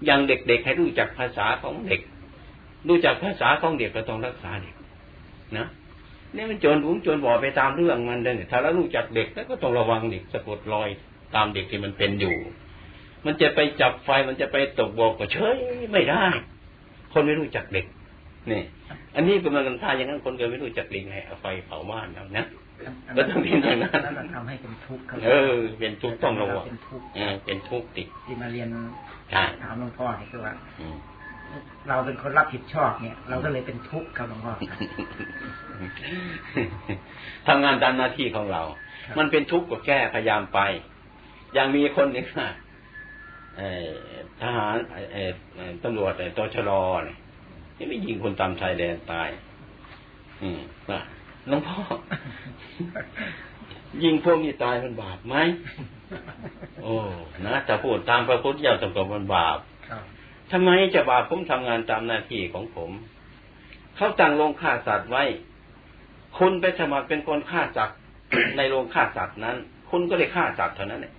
อย่างเด็กๆให้รู้จักภาษาของเด็กรู้จักภาษาของเด็กก็ต้องรักษาเด็กนะนี่มันโจรหุงโจรบ่อไปตามเรื่องมันเลยถ้าเรารู้จักเด็กแล้วก็ต้องระวังเด็กสะกดรอยตามเด็กที่มันเป็นอยู่มันจะไปจับไฟมันจะไปตกบ่อก็เฉยไม่ได้คนไม่รู้จักเด็กนี่อันนี้ก็มันท่าอย่างนั้นคนก็ไม่รู้จักลิงให้เอาไฟเผาบ้านแล้วนะก็ต้องเป็นอย่างนั้นแล้วมันทำให้เป็นทุกข์เออเป็นทุกข์ต้องระวังเออเป็นทุกข์ติดที่มาเรียนถามหลวงพ่อนี่คือว่าเราเป็นคนรับผิดชอบเนี่ยเราก็เลยเป็นทุกข์ครับหลวงพ่อทำงานตามหน้าที่ของเรามันเป็นทุกข์ก็แก้พยายามไปอย่างมีคนหนึ่งค่ะทหารตำรวจตชรเนี่ยที่ไม่ยิงคนตามชายแดนตายอืมว่าหลวงพ่อยิงพวกนี้ตายมันบาปไหมโอ้นะจะพูดตามพระพุทธเจ้าตรงๆมันบาปทำไมจะบาปผมทำงานตามหน้าที่ของผมเขาตั้งโรงฆ่าสัตว์ไว้คุณไปสมัครเป็นคนฆ่าสัตว์ในโรงฆ่าสัตว์นั้นคุณก็เลยฆ่าสัตว์เท่านั้นเอง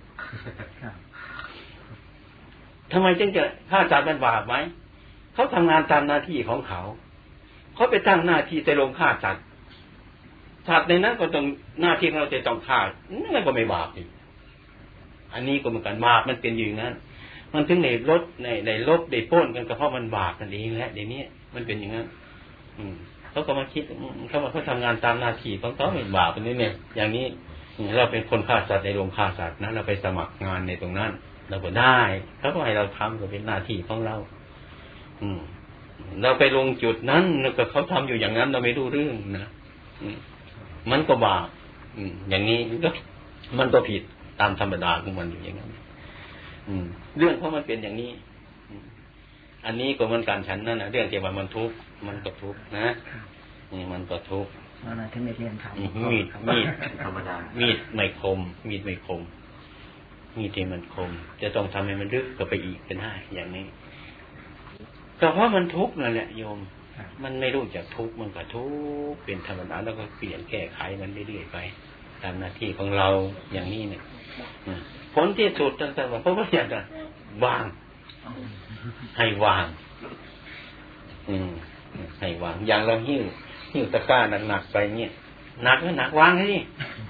ทำไมจึงจะฆ่าสัตว์มันบาปไหมเขาทำงานตามหน้าที่ของเขาเขาไปตั้งหน้าที่ในโรงฆ่าสัตว์สัตว์ในนั้นก็ต้องหน้าที่ของเราจะต้องฆ่านั่นก็ไม่บาปอีกอันนี้ก็เหมือนกันบาปมันเป็นอยู่อย่างนั้นมันถึงในรถในในลบในป้นกันก็เพราะมันบาปนั่นเองแหละเดี๋ยวนี้มันเป็นอย่างนั้นอืมเขาก็มาคิดเขามาเขาทำงานตามหน้าที่ของเขาเป็นบาปอันนี้เนี่ยอย่างนี้เราเป็นคนฆ่าสัตว์ในโรงฆ่าสัตว์นะเราไปสมัครงานในตรงนั้นเราก็ได้เขาก็ให้เราทำก็เป็นหน้าที่ของเราอืมเราไปลงจุดนั้นแล้วก็เขาทำอยู่อย่างนั้นเราไม่รู้เรื่องนะมันก็บาปอย่างนี้ก็มันก็ผิดตามธรรมดาของมันอยู่อย่างนั้นเรื่องเพราะมันเป็นอย่างนี้อันนี้ก็เหมือนกันฉันนั่นนะเรื่องที่ว่ามันทุกข์มันก็ทุกข์นะนี่มันก็ทุกข์มันถึงไม่เรียนทำมีดมีดธรรมดามีดไม่คมมีดไม่คมมีดที่มันคมจะต้องทำให้มันลึกก็ไปอีกเป็นได้อย่างนี้ก็เพราะมันทุกข์นั่นแหละโยมมันไม่รู้จักทุกข์มันก็ทุกข์เป็นธรรมดาแล้วก็เปลี่ยนแก้ไขมันเรื่อยๆไปตามหน้าที่ของเราอย่างนี้เนี่ยผลที่สุดต่างๆเพราะว่าอย่างไรวางให้วางอืมให้วางอย่างเราหิ้วหิ้วตะกร้าหนักๆไปเนี่ยหนักก็หนักวางให้ดิ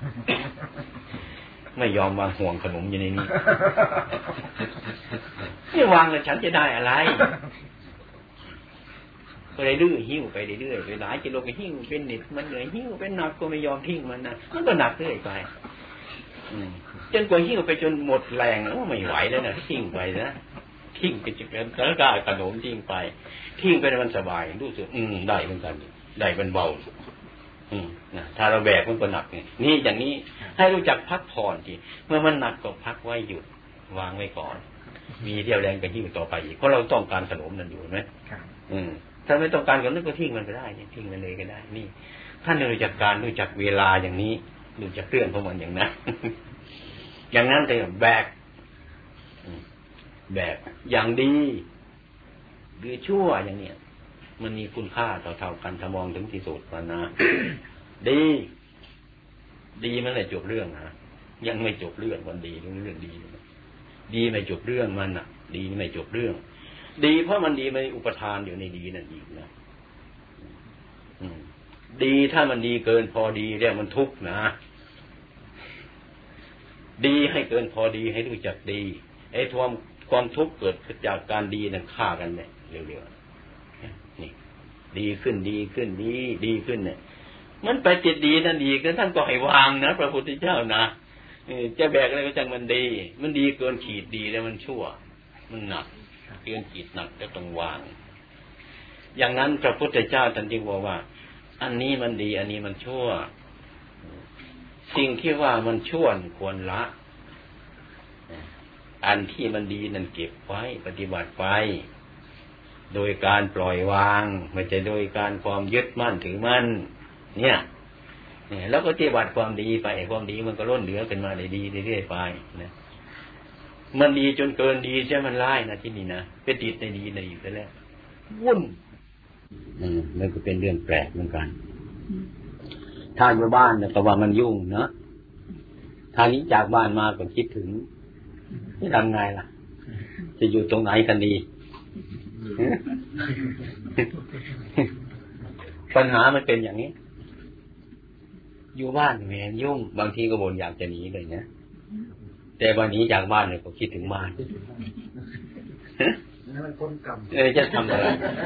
ไม่ยอมวางห่วงขนมอยู่ในนี้ไม่วางแล้วฉันจะได้อะไรก็เลยดื้อหิ้วไปเรื่อยๆไปหลายกิโลก็หิ้วเป็นนิดมันเหนื่อยหิ้วเป็นหนักก็ไม่ยอมทิ้งมันนะมันก็หนักเรื่อยไปจนกว่าหิ้วไปจนหมดแรงแล้วไม่ไหวแล้วนะทิ้งไปนะทิ้งไปจนแล้วก็ขนมทิ้งไปทิ้งไปมันสบายรู้สึกอืมได้เหมือนกันได้มันเบาอืมนะถ้าเราแบกมันก็หนักนี่นี่อย่างนี้ให้รู้จักพักผ่อนทีเมื่อมันหนักก็พักไว้หยุดวางไว้ก่อนมีเรี่ยวแรงก็หิ้วต่อไปอีกเพราะเราต้องการขนมนั่นอยู่ไหมอืมถ้าไม่ต้องการก็นึกก็ทิ้งมันไปได้ทิ้งมันเลยก็ได้นี่ท่านรู้จักการรู้จักเวลาอย่างนี้รู้จักเรื่องของมันอย่างนั้นอย่างนั้นเลยแบกแบกอย่างดีหรือชั่วอย่างเนี้ยมันมีคุณค่าเท่าๆกันถ้ามองถึงที่สุดมันนะดีดีมันเลยจบเรื่องนะยังไม่จบเรื่องมันดีเรื่องเรื่องดีดีไม่จบเรื่องมันน่ะดีไม่จบเรื่องดีเพราะมันดีมันอุปทานอยู่ในดีนั่นอีกนะดีถ้ามันดีเกินพอดีเรียกมันทุกข์นะดีให้เกินพอดีให้รู้จักดีไอ้ความความทุกข์เกิดจากการดีนั่นฆ่ากันเนี่ยเร็วๆนี่ดีขึ้นดีขึ้นดีดีขึ้นเนี่ยมันไปติดดีนั่นดีก็ท่านก็ให้วางนะพระพุทธเจ้านะจะแบกอะไรก็จังมันดีมันดีเกินขีดดีแล้วมันชั่วมันหนักเกินขีดหนักก็ต้องวางอย่างนั้นพระพุทธเจ้าท่านจึงบอกว่าอันนี้มันดีอันนี้มันชั่วสิ่งที่ว่ามันชั่วควรละอันที่มันดีนั่นเก็บไว้ปฏิบัติไปโดยการปล่อยวางไม่ใช่โดยการความยึดมั่นถือมั่นเนี่ยแล้วก็ปฏิบัติความดีไปความดีมันก็ล้นเหลือขึ้นมาได้ดีเรื่อยๆไปนะมันดีจนเกินดีใช่มันร้ายนะที่นี่นะไปติดในดีในอยู่แล้ววุ่นอืมมันก็เป็นเรื่องแปลกเหมือนกันถ้าอยู่บ้านเนี่ยก็ว่ามันยุ่งเนาะทางนี้จากบ้านมาก็คิดถึงนี่ทำไงล่ะจะอยู่ตรงไหนกันดีปัญหามันเป็นอย่างนี้อยู่บ้านแหมยุ่งบางทีก็บ่นอยากจะหนีเลยนะแต่วันนี้จากบ้านเนี่ยก็คิดถึงบ้านนั่นมันพ้นกรรมเออจะทำอะไร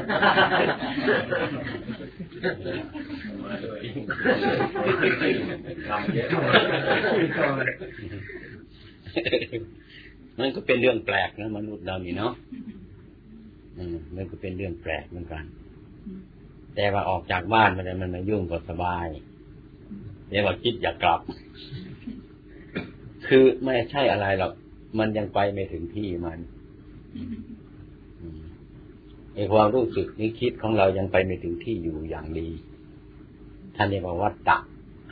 มันก็เป็นเรื่องแปลกนะมนุษย์เรานี่เนาะอืมมันก็เป็นเรื่องแปลกเหมือนกันแต่ว่าออกจากบ้านมันมันไม่ยุ่งก็สบายแต่ว่าคิดอยากกลับคือไม่ใช่อะไรหรอกมันยังไปไม่ถึงที่มันไอ้ความรู้สึกนึกคิดของเรายังไปไม่ถึงที่อยู่อย่างดีท่านเรียกว่าวัฏฏะ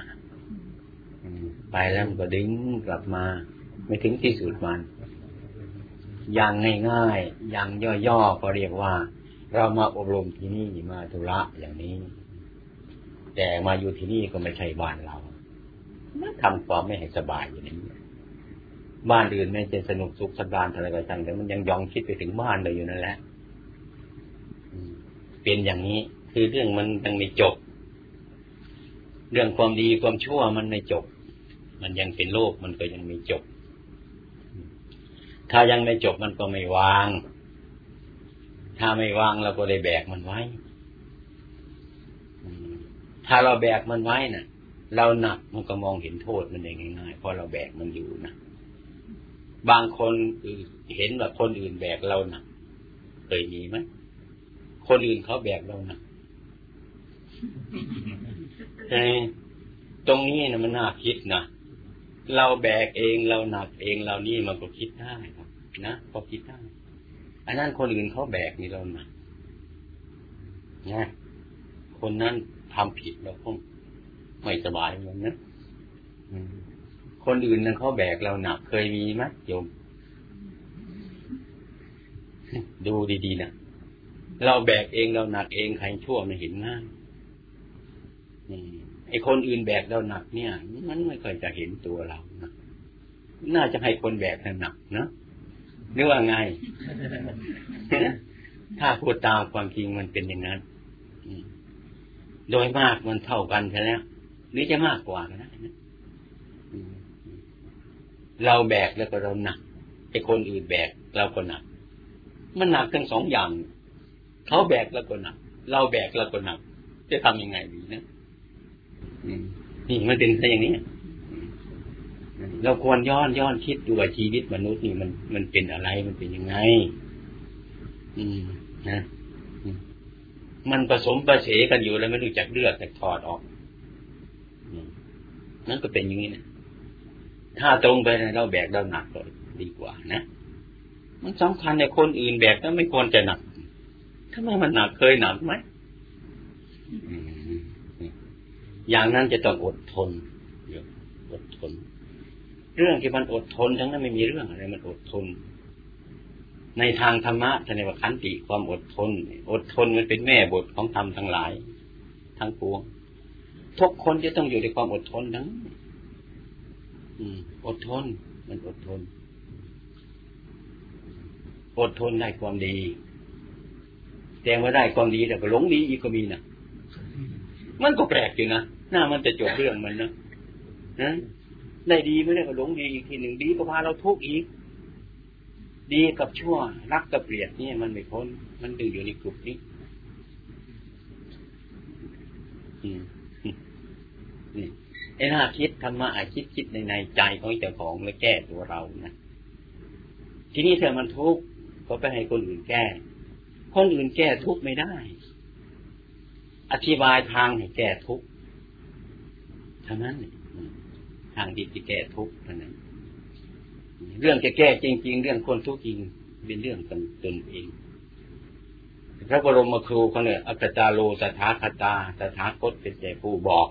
ไปแล้วมันก็ดึงกลับมาไม่ถึงที่สุดมันอย่างง่ายๆอย่างย่อๆก็เรียกว่าเรามาอบรมที่นี่มาธุระอย่างนี้แต่มาอยู่ที่นี่ก็ไม่ใช่บ้านเราทำความไม่ให้สบายอยู่นี้บ้านอื่นไม่จะสนุกสุขสบายอะไรก็ช่างแต่มันยังยองคิดไปถึงบ้านเลยอยู่นั่นแหละเป็นอย่างนี้คือเรื่องมันยังไม่จบเรื่องความดีความชั่วมันไม่จบมันยังเป็นโลกมันก็ยังไม่จบถ้ายังไม่จบมันก็ไม่วางถ้าไม่วางเราก็เลยแบกมันไว้ถ้าเราแบกมันไว้น่ะเราหนักมันก็มองเห็นโทษมันได้ง่ายๆเพราะเราแบกมันอยู่นะบางคนเห็นว่าคนอื่นแบกเราหนักเคยมีไหมคนอื่นเขาแบกเราหนักตรงนี้นะมันน่าคิดนะเราแบกเองเราหนักเองเรานี่มันก็คิดได้ครับนะพอคิดได้อันนั้นคนอื่นเขาแบกนี่เราหนักนะคนนั้นทำผิดเราก็ไม่สบายเหมือนนะคนอื่นนั้นเขาแบกเราหนักเคยมีไหมโยมดูดีๆนะเราแบกเองเราหนักเองใครชั่วไม่เห็นง่ายไอ้คนอื่นแบกเราหนักเนี่ยมันไม่ค่อยจะเห็นตัวเรานะน่าจะให้คนแบกหนักนะนึกว่าไงถ้าพูดตามความจริงมันเป็นอย่างนั้นโดยมากมันเท่ากันใช่ไหมหรือจะมากกว่าก็ได้นะเราแบกแล้วก็เราหนักไอ้คนอื่นแบกเราก็หนักมันหนักทั้งสองอย่างเขาแบกแล้วก็หนักเราแบกแล้วก็หนักจะทำยังไงดีนะนี่มันเป็นซะอย่างนี้เราควรย้อนย้อนคิดดูว่าชีวิตมนุษย์นี่มันมันเป็นอะไรมันเป็นยังไงอืมนะมันผสมประเสกันอยู่แล้วไม่รู้จักเลือกแต่ถอดออกนั่นก็เป็นอย่างนี้นะถ้าตรงไปเราแบกเราหนักก็ดีกว่านะมันสำคัญในคนอื่นแบกแล้วไม่ควรจะหนักทำไมมันหนักเคยหนักไหมอย่างนั้นจะต้องอดทนอดทนเรื่องที่มันอดทนทั้งนั้นไม่มีเรื่องอะไรมันอดทนในทางธรรมะท่านเรียกว่าขันติความอดทนอดทนมันเป็นแม่บทของธรรมทั้งหลายทั้งปวงทุกคนจะต้องอยู่ในความอดทนทั้งอดทนมันอดทนอดทนได้ความดีแต่ว่าได้ความดีแต่ก็หลงดีอีกก็มีนะมันก็แปลกอยู่นะหน้ามันจะจบเรื่องมันนะนะได้ดีไม่ได้ก็หลงดีอีกทีหนึ่งดีก็พาเราทุกข์อีกดีกับชั่วรักกับเกลียดนี่มันไม่พ้นมันดึงอยู่ในกลุ่มนี้นี่ไอ้หน้าคิดธรรมะไอ้คิดคิดในในใจของเจ้าของแล้วแก้ตัวเรานะทีนี้เธอมันทุกข์ก็ไปให้คนอื่นแก้คนอื่นแก้ทุกข์ไม่ได้อธิบายทางให้แก้ทุกข์เท่านั้นทางที่จะแก้ทุกข์เท่านั้นเรื่องจะแก้จริงๆเรื่องคนทุกข์จริงเป็นเรื่องตนตนเองพระบรมครูเขาเนี่ยอัตตาโลสถาคตาสถาคตเป็นแต่ผู้บอก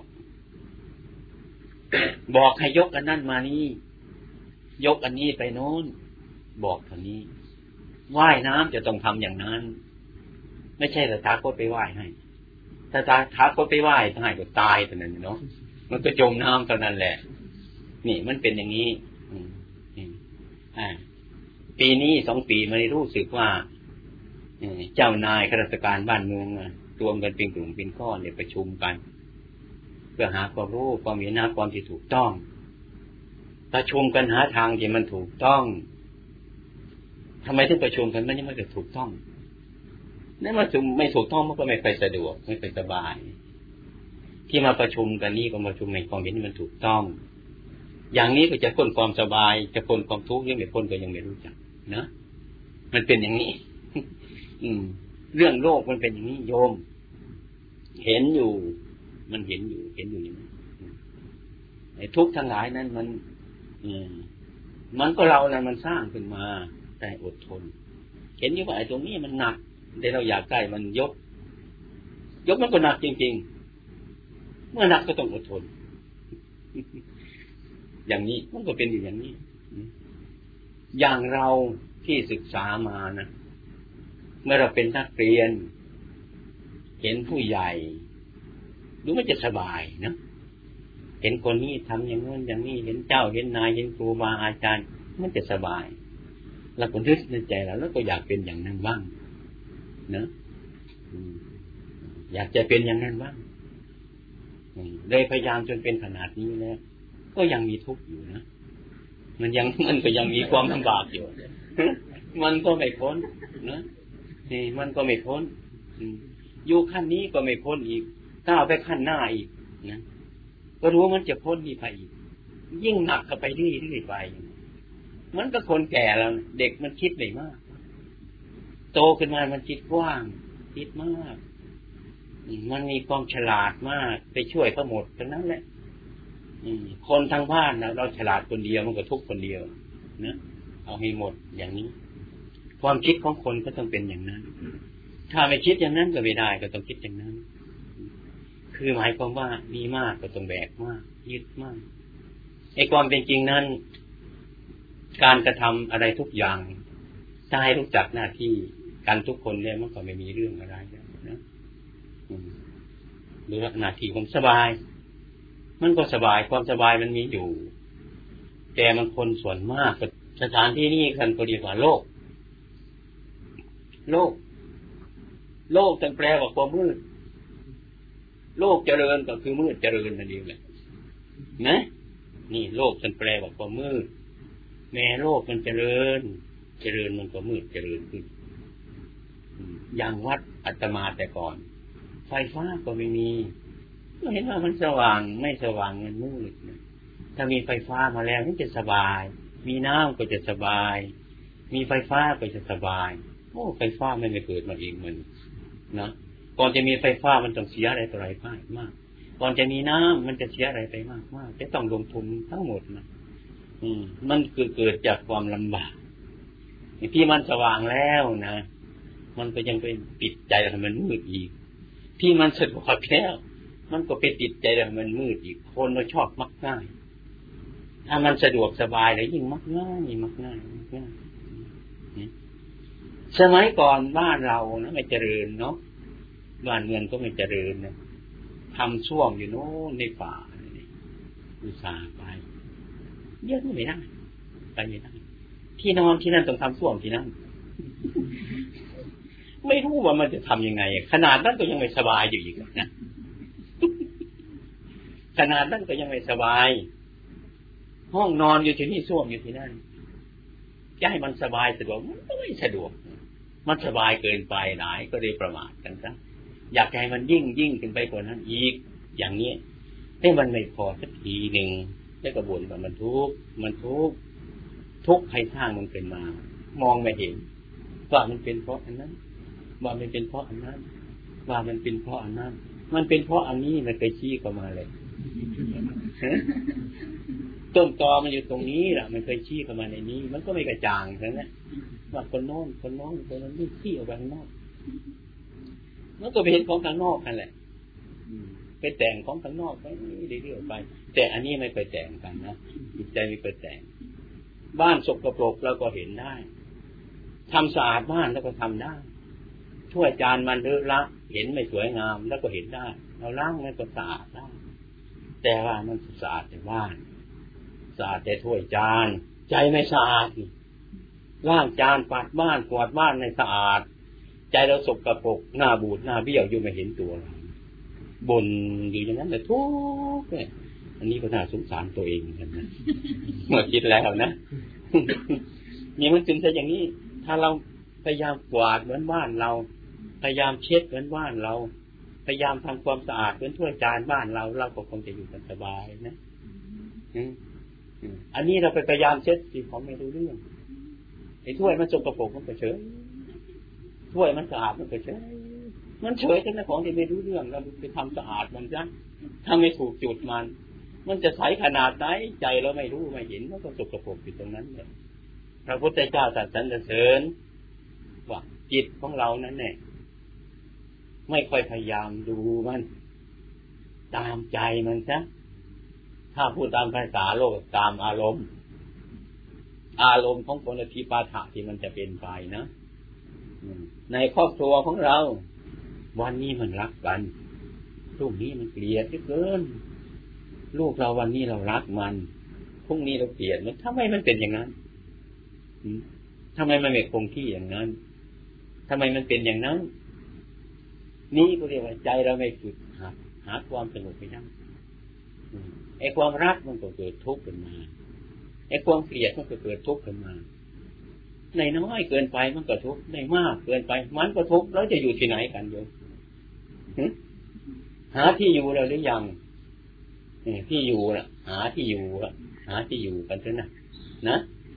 บอกให้ยกอันนั้นมานี่ยกอันนี้ไปโน้นบอกเท่านี้ว่ายน้ำจะต้องทำอย่างนั้นไม่ใช่สถาคตไปว่ายให้ถ้าสถาคตไปว่ายทั้งหลายก็ตายเท่านั้นเนาะมันก็จมน้ำเท่านั้นแหละนี่มันเป็นอย่างนี้ปีนี้สองปีไม่รู้สึกว่าเจ้านายข้าราชการบ้านเมืองรวมกันเป็นกลุ่มเป็นก้อนเนี่ยประชุมกันเพื่อหาความรู้ความเห็นหาความที่ถูกต้องประชุมกันหาทางที่มันถูกต้องทำไมถึงประชุมกันมันยังไม่ถูกต้องนั่นมาถึงไม่ถูกต้องมันก็ไม่ไปสะดวกไม่ไปสบายที่มาประชุมกันนี่ก็ประชุมในความเห็นที่มันถูกต้องอย่างนี้ก็จะพ้นความสบายจะพ้นความทุกข์ยังไม่พ้นก็ยังไม่รู้จักนะมันเป็นอย่างนี้ อืมเรื่องโลกมันเป็นอย่างนี้โยมเห็นอยู่มันเห็นอยู่เห็นอยู่อย่างนี้ไอ้ทุกข์ทั้งหลายนั้นมันอืมมันก็เรานะมันสร้างขึ้นมาแต่อดทนเห็นอยู่ว่าไอ้ตรงนี้มันหนักแต่เราอยากได้มันยกยกมันก็หนักจริงๆเมื่อหนักก็ต้องอดทน อย่างนี้มันก็เป็นอยู่อย่างนี้อย่างเราที่ศึกษามานะเมื่อเราเป็นนักเรียนเห็นผู้ใหญ่ดูมันจะสบายนะเห็นคนนี้ทำอย่างนู้นอย่างนี้เห็นเจ้าเห็นนายเห็นครูบาอาจารย์มันจะสบายแล้วก็นึกในใจเราแล้วก็อยากเป็นอย่างนั้นบ้างนะอยากจะเป็นอย่างนั้นบ้างเลยพยายามจนเป็นขนาดนี้แล้วก็ยังมีทุกข์อยู่นะมันยังมันก็ยังมีความลำบากอยู่มันก็ไม่พ้นนะนี่มันก็ไม่พ้นอยู่ขั้นนี้ก็ไม่พ้นอีกก้าวไปขั้นหน้าอีกนะก็รู้ว่ามันจะพ้นนี่ไปอีกยิ่งหนักเข้าไปเรื่อยๆไปมันก็คนแก่แล้วเด็กมันคิดไม่มากโตขึ้นมามันคิดกว้างคิดมากมันมีความฉลาดมากไปช่วยเขาหมดทั้งนั้นแหละคนทางบ้านนะเราฉลาดคนเดียวมันก็ทุกข์คนเดียวนะเอาให้หมดอย่างนี้ความคิดของคนก็ต้องเป็นอย่างนั้นถ้าไม่คิดอย่างนั้นก็ไม่ได้ก็ต้องคิดอย่างนั้นคือหมายความว่ามีมากก็ต้องแบกมากยึดมากไอ้ความเป็นจริงนั้นการกระทำอะไรทุกอย่างถ้าให้รู้จักหน้าที่กันทุกคนเนี่ยมันก็ไม่มีเรื่องอะไรนะหรือหน้าที่ผมสบายมันก็สบายความสบายมันมีอยู่แต่มันคนส่วนมากสถานที่นี้กันก็ดีกว่าโลกโลกโลกตั้งแปลว่าความมืดโลกเจริญก็คือมืดเจริญนั่นเองแหละนะนี่โลกตั้งแปลว่าความมืดแม้โลกมันเจริญเจริญมันก็มืดเจริญขึ้นอย่างวัดอาตมาแต่ก่อนไฟฟ้าก็ไม่มีก็เห็นว่ามันสว่างไม่สว่างมันมืดนะถ้ามีไฟฟ้ามาแล้วมันจะสบายมีน้ำก็จะสบายมีไฟฟ้าก็จะสบายโอ้ไฟฟ้าไม่ได้เกิดมาเองมันนะก่อนจะมีไฟฟ้ามันต้องเสียอะไรต่ออะไรมากมากก่อนจะมีน้ำมันจะเสียอะไรไปมากมากจะต้องลงทุนทั้งหมดนะอืมมันคือเกิดจากความลำบากที่มันสว่างแล้วนะมันก็ยังเป็นปิดใจให้มันมืดอีกที่มันสะดวกแล้วมันก็ไปติดใจให้มันมืดอีกคนเราชอบมักง่ายถ้ามันสะดวกสบายแล้วยิ่งมักง่ายมักง่ายมักง่ายสมัยก่อนบ้านเรานะไม่เจริญเนาะบ้านเมืองก็ไม่เจริญนะทำช่วงอยู่โน้นในป่าอุตส่าห์ไปเยอะไม่ได้ไปไม่ได้ที่นอนที่นั่นต้องทำช่วงที่นั่นไม่รู้ว่ามันจะทำยังไงขนาดนั้นก็ยังไม่สบายอยู่อีกนะขนาดนั้นก็ยังไม่สบายห้องนอนอยู่ที่นี่ช่วงอยู่ที่นั่นจะให้มันสบายสะดวกมันก็ไม่สะดวกมันสบายเกินไปหลายก็ได้ประมาทกันซะอยากให้มันยิ่งยิ่งขึ้นไปกว่านั้นอีกอย่างนี้ให้มันไม่พอสักทีหนึ่งแล้วก็บ่นว่ามันทุกข์มันทุกข์ทุกข์ให้สร้างมันเป็นมามองไม่เห็นว่ามันเป็นเพราะอันนั้นว่ามันเป็นเพราะอันนั้นว่ามันเป็นเพราะอันนั้นมันเป็นเพราะอันนี้มันไปชี้เข้ามาเลย ต้นตอมันอยู่ตรงนี้แหละมันเคยชี้เข้ามาในนี้มันก็ไม่กระจ่างทั้งนั้นว่าคนโน้นคนโน้นคนนั้นนี่ชี้ออกไปข้างนอกมันก็ไปเห็นของข้างนอกกันแหละไปแต่งของข้างนอกไปเรื่อยๆไปแต่อันนี้ไม่ไปแต่งกันนะจิตใจไม่ไปแต่งบ้านสกปรกเราก็เห็นได้ทำสะอาดบ้านแล้วก็ทำได้ช่วยจานมันเลอะละเห็นไม่สวยงามแล้วก็เห็นได้เราล้างมันก็สะอาดได้แต่ว่ามันสะอาดแต่บ้านสะอาดแต่ถ้วยจานใจไม่สะอาดล้างจานปัดบ้านกวาดบ้านไม่สะอาดใจเราสกปรกหน้าบูดหน้าเบี้ยวอยู่ไม่เห็นตัวเราบ่นอยู่อย่างนั้นแต่ทุกข์เนี่ยอันนี้ก็น่าสงสารตัวเองเหมือนกันนะเมื่อคิดแล้วนะนี่มันถึงจะอย่างนี้ถ้าเราพยายามกวาดเหมือนบ้านเราพยายามเช็ดเหมือนบ้านเราพยายามทำความสะอาดเหมือนถ้วยจานบ้านเราเราก็คงจะอยู่กันสบายนะอันนี้เราไปพยายามเช็ดสิ่งของไม่รู้เรื่องไอ้ถ้วยมันสกปรกมันก็เฉยถ้วยมันสะอาดมันก็เฉยมันเฉยทั้งนั้นของที่ไม่รู้เรื่องเราไปทำสะอาดมันซะถ้าไม่ถูกจุดมันมันจะใสขนาดไหนใจเราไม่รู้ไม่เห็นมันก็สกปรกอยู่ตรงนั้นเลยพระพุทธเจ้าตรัสสรรเสริญว่าจิตของเรานั้นเนี่ยไม่ค่อยพยายามดูมันตามใจมันซะถ้าพูดตามภาษาโลกตามอารมณ์อารมณ์ของคนที่ปาฐะที่มันจะเป็นไปนะในครอบครัวของเราวันนี้มันรักกันพรุ่งนี้มันเกลียดเหลือเกินลูกเราวันนี้เรารักมันพรุ่งนี้เราเกลียดมันทำไมมันเป็นอย่างนั้นทำไมมันไม่คงที่อย่างนั้นทำไมมันเป็นอย่างนั้นนี่ก็เรียกว่าใจเราไม่ฝึกหาหาความสงบไม่ได้ไอ้ความรักมันก็เกิดทุกข์ขึ้นมาไอ้ความเกลียดมันก็เกิดทุกข์ขึ้นมาในน้อยเกินไปมันก็ทุกข์ในมากเกินไปมันก็ทุกข์แล้วจะอยู่ที่ไหนกันโยมหาที่อยู่แล้วหรือยังที่อยู่น่ะหาที่อยู่หาที่อยู่กันเถอะนะนะ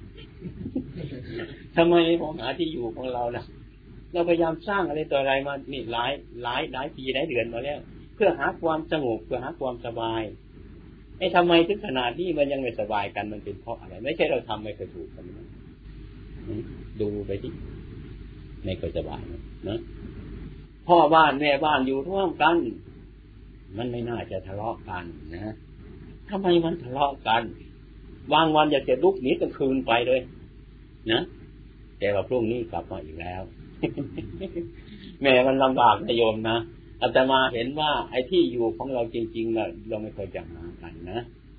ทำไมพอหาที่อยู่ของเราล่ะเราพยายามสร้างอะไรต่ออะไรมานี่หลายหลายหลายปีหลายเดือนมาแล้วเพื่อหาความสงบเพื่อหาความสบายไอ้ทำไมถึงขนาดนี้มันยังไม่สบายกันมันเป็นเพราะอะไรไม่ใช่เราทำไม่เคยถูกกันนะดูไปที่ไม่เคยสบายนะพ่อบ้านแม่บ้านอยู่ร่วมกันมันไม่น่าจะทะเลาะกันนะทำไมมันทะเลาะกันบางวันอยากจะลุกหนีกลางคืนไปเลยนะแต่ว่าพรุ่งนี้กลับมาอีกแล้ว แม่มันลำบากนะโยมนะอาตมาเห็นว่าไอ้ที่อยู่ของเราจริงๆเราเราไม่เคยจะหากันนะ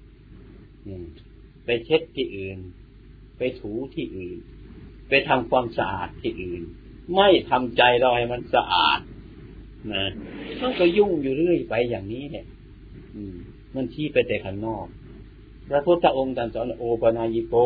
ไปเช็ดที่อื่นไปถูที่อื่นไปทำความสะอาดที่อื่นไม่ทำใจเราให้มันสะอาดนะมันก็ยุ่งอยู่เรื่อยไปอย่างนี้เนี่ยมันชี้ไปแต่ข้างนอกพระพุทธองค์ตรัสสอนโอปนายโก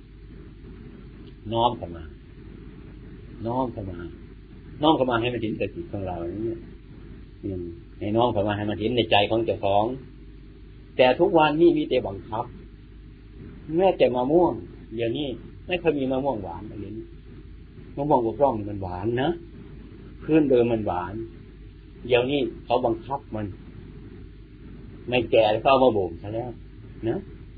น้อมเข้ามาน้อมเข้ามาน้อมเข้ามาให้มันเห็นแต่จิตของเราเนี่ยให้น้อมเข้ามาให้มันเห็นในใจของเจ้าของแต่ทุกวันนี้มีแต่บังคับแม้แต่มะม่วงเดี๋ยวนี้ไม่เคยมีมะม่วงหวานอะไรนี้มะม่วงบกร่องมันหวานนะพื้นเดิมมันหวานเดี๋ยวนี้เขาบังคับมันไม่แก่แล้วก็เอามาบ่มซะแล้วนะ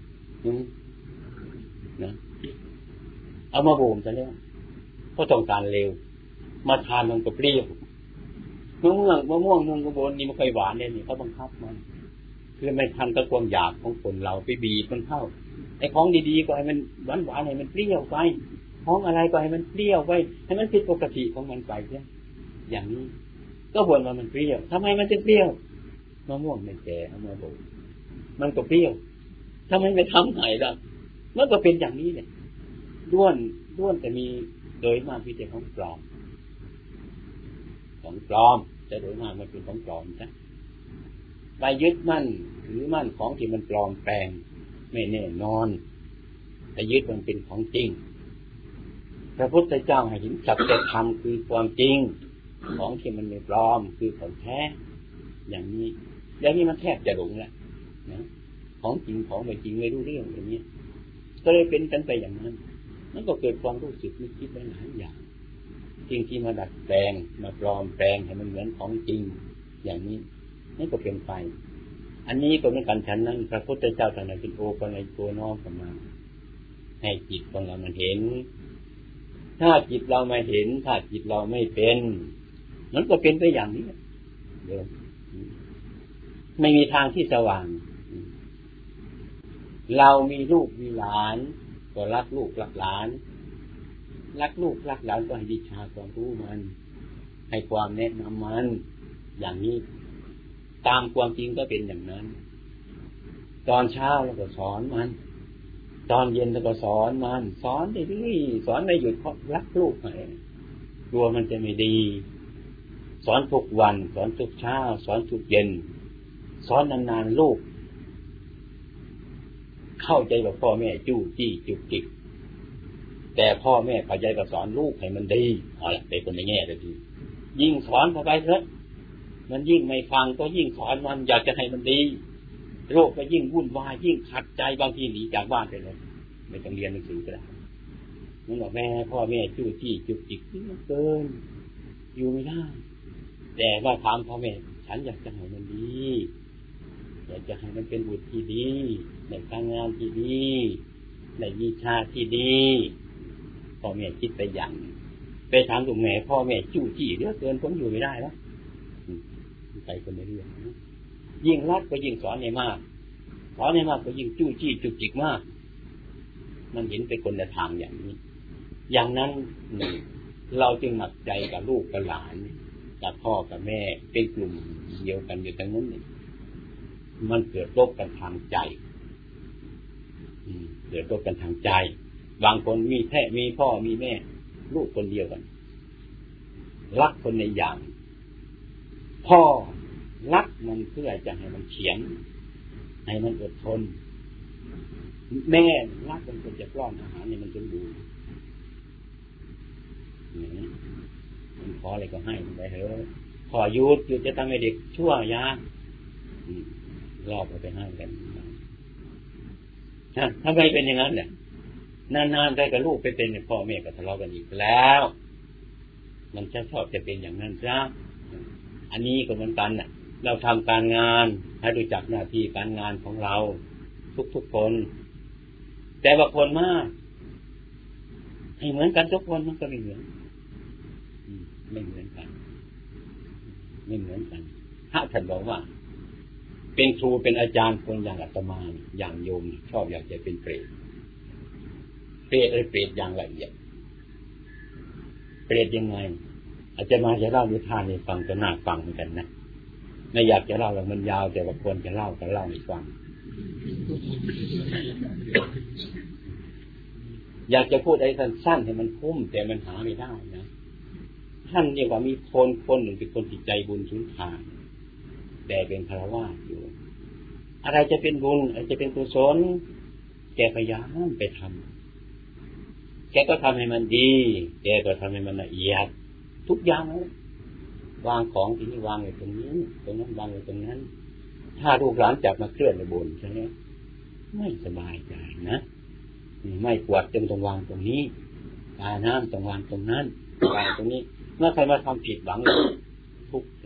นะเอามาบ่มซะแล้วก็ต้องการเร็วมาทานมันก็เปรี้ยวมะม่วงมะม่วงมันก็บนนี่มันเคยหวานเนี่ยนี่เขาบังคับมันคือไม่ทันกับความอยากของคนเราไปบีบมันเข้าไอ้ของดีๆก็ให้มันหวานหวานให้มันเปรี้ยวไปของอะไรก็ให้มันเปรี้ยวไปให้มันผิดปกติของมันไปเนี่ยอย่างนี้ก็บ่นว่ามันเปรี้ยวทำไมมันถึงเปรี้ยวมะม่วงไม่แก่เอามาบ่มมันก็เปรี้ยวทำไมไม่ทำไหนล่ะมันก็เป็นอย่างนี้เนี่ยด้วนด้วนแต่มีโดยมากที่จะของปลอมของปลอมจะโดยมากมันเป็นของปลอมจ้ะไปยึดมั่นถือมั่นของที่มันปลอมแปลงไม่แน่นอนแต่ยึดมันเป็นของจริงพระพุทธเจ้าให้เห็นสัจธรรมคือความจริงของที่มันไม่ปลอมคือของแท้อย่างนี้อย่างนี้มันแทบจะหลงแล้วนะของจริงของไม่จริงไม่รู้เรื่องอย่างนี้ก็เลยเป็นกันไปอย่างนั้นมันก็เกิดความรู้สึกนึกคิดหลายอย่างจริงที่มาดัดแปลงมาปลอมแปลงให้มันเหมือนของจริงอย่างนี้นี่ก็เป็นไปอันนี้ก็เป็นการฉันนั้นพระพุทธเจ้าท่านเป็นโอปัญโกน้อมเข้ามาให้จิตของเรามันเห็นถ้าจิตเราไม่เห็นถ้าจิตเราไม่เป็นมันก็เป็นไปอย่างนี้เดี๋ยวไม่มีทางที่สว่างเรามีลูกมีหลานก็รักลูกรักหลานรักลูกรักหลานก็ให้วิชาความรู้มันให้ความแนะนำมันอย่างนี้ตามความจริงก็เป็นอย่างนั้นตอนเช้าเราก็สอนมันตอนเย็นเราก็สอนมันสอนได้ดีสอนไม่หยุดเพราะรักลูกไงกลัวมันจะไม่ดีสอนทุกวันสอนทุกเช้าสอนทุกเย็นสอนนานๆลูกเข้าใจว่าพ่อแม่จู้จี้จุกจิกแต่พ่อแม่เข้าใจก็สอนลูกให้มันดีเอาล่ะเป็นคนในแง่ดียิ่งสอนเข้าไปเถอะมันยิ่งไม่ฟังก็ยิ่งสอนมันอยากจะให้มันดีโรคก็ยิ่งวุ่นวายยิ่งขัดใจบางทีหนีจากบ้านไปเลยไม่ต้องเรียนหนังสือก็ได้นั่นแหละแม่พ่อแม่จู้จี้จุกจิกมันเกินอยู่ไม่ได้แต่ว่าถามพ่อแม่ฉันอยากจะให้มันดีอยากจะให้มันเป็นบุตรที่ดีในการงานที่ดีในวิชาที่ดีพ่อแม่คิดไปอย่างไปถามลูกแม่พ่อแม่จู้จี้เหลือเกินผมอยู่ไม่ได้แล้วไปคนในเรื่องยิ่งรัดก็ยิ่งสอนให้มากสอนให้มากก็ยิ่งจู้จี้จุกจิกมากมันเห็นไปคนละทางอย่างนี้อย่างนั้นเราจึงหนักใจกับลูกกับหลานกับพ่อกับแม่เป็นกลุ่มเดียวกันอยู่ตรงนั้นนี่มันเกิดรบกันทางใจเกิดรบกันทางใจบางคนมีแท้มีพ่อมีแม่ลูกคนเดียวกันรักคนในอย่างพ่อรักมันเพื่อจะให้มันเขียนให้มันอดทนแม่รักมันเพื่อจะป้อนอาหารให้มันสมบูรณ์อย่างนี้มันขออะไรก็ให้มันไปเถอะขอหยุดหยุดจะทำให้เด็กชั่วยาลอบเอาไปให้กันถ้าไม่เป็นอย่างนั้นเนี่ยนานๆได้กับลูกไปเป็นพ่อแม่ก็ทะเลาะกันอีกแล้วมันจะชอบจะเป็นอย่างนั้นซะอันนี้ก็เหมือนกันน่ะเราทำการงานให้รู้จักหน้าที่การงานของเราทุกๆคนแต่บางคนมากให้เหมือนกันทุกคนมันก็ไม่เหมือนไม่เหมือนกันไม่เหมือนกันถ้าท่านบอกว่าเป็นครูเป็นอาจารย์คนอย่างอาตมาอย่างโยมชอบอยากจะเป็นเปรตเปรตหรือเปรตอย่างละเอียดเปรตยังไงอาจจะมาจะเล่านิทานให้ฟังก็น่าฟังเหมือนกันนะไม่อยากจะเล่าหรอกมันยาวแต่ว่าควรจะเล่าก็เล่าให้ฟังอยากจะพูดอะไรสั้นๆให้มันคุ้มแต่มันหาไม่ได้นะท่านเรียกว่ามีคนคนหนึ่งเป็นคนจิตใจบุญสุนทานแต่เป็นฆราวาสอยู่อะไรจะเป็นบุญอะไรจะเป็นกุศลแกพยายามไปทำแกก็ทำให้มันดีแกก็ทำให้มันละเอียดทุกอย่างวางของที่นี่วางไว้ตรงนี้ตรงนั้นวางไว้ตรงนั้นถ้าลูกหลานจับมาเคลื่อนในบนใช่ไหมไม่สบายใจนะไม่กวาดจึงต้องวางตรงนี้กาน้ำต้องวางตรงนั้นวางตรงนี้เมื่อใครมาทำผิดหวังทุกข์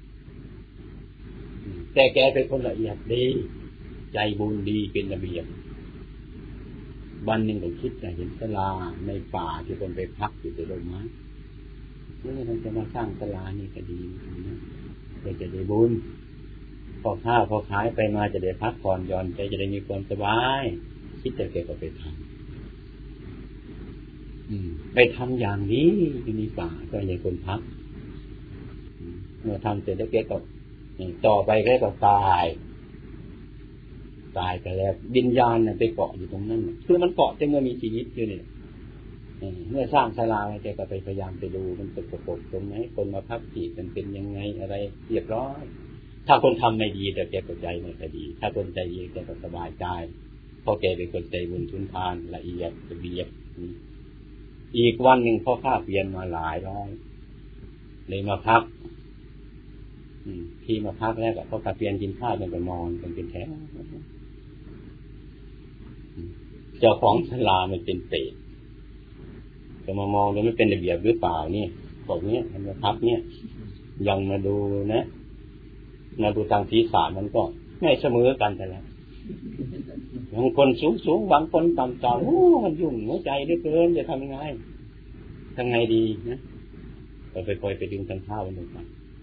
แต่แกเป็นคนละเอียดดีใจบุญดีเป็นระเบียบวันหนึ่งผมคิดจะเห็นศาลาในป่าที่คนไปพักอยู่ในร่มไม้นี่เราจะมาสร้างศาลานี่ก็ดีนะเราจะได้บุญพอข้าวพอขายไปมาจะได้พักผ่อนหย่อนใจจะได้มีความสบายคิดแต่แกก็ไปทำไปทำอย่างนี้ที่มีป่าก็เลยคนพักเมื่อทำเสร็จแล้วแกก็ต่อไปแกก็ตายตายไปแล้ววิญญาณเนี่ยไปเกาะอยู่ตรงนั้นคือมันเกาะจนเมื่อมีชีวิตอยู่เนี่ยเมื่อสร้างศาลาแกก็ไปพยายามไปดูมันเป็นประกบตรงไหนคนมาพักที่มันเป็นยังไงอะไรเรียบร้อยถ้าคนทำไม่ดีแต่แกก็ใจไม่ค่อยดีถ้าคนใจดีแกก็สบายใจเพราะแกเป็นคนใจบุญทุนทานละเอียดระเบียบอีกวันหนึ่งพ่อข้าเปลี่ยนมาหลายร้อยเลยมาพักที่มาพักแล้วก็พ่อข้าเปลี่ยนกินข้าวมันก็นอนกันเป็นแถวเจ้าของศาลามันเป็นเปรตจะมามองดูไม่เป็นระเบียบหรือเปล่านี่บอกเนี้ยมันมาพักเนี่ยยังมาดูนะมาดูทางศีรษะมันก็ไม่เสมอกันแต่ละบางคนสูงสูงบางคนต่ำต่ำโอ้มันยุ่งหัวใจเหลือเกินจะทำยังไงทำไงดีนะเราไปคอยไปดึงทางเท้ามันลงไป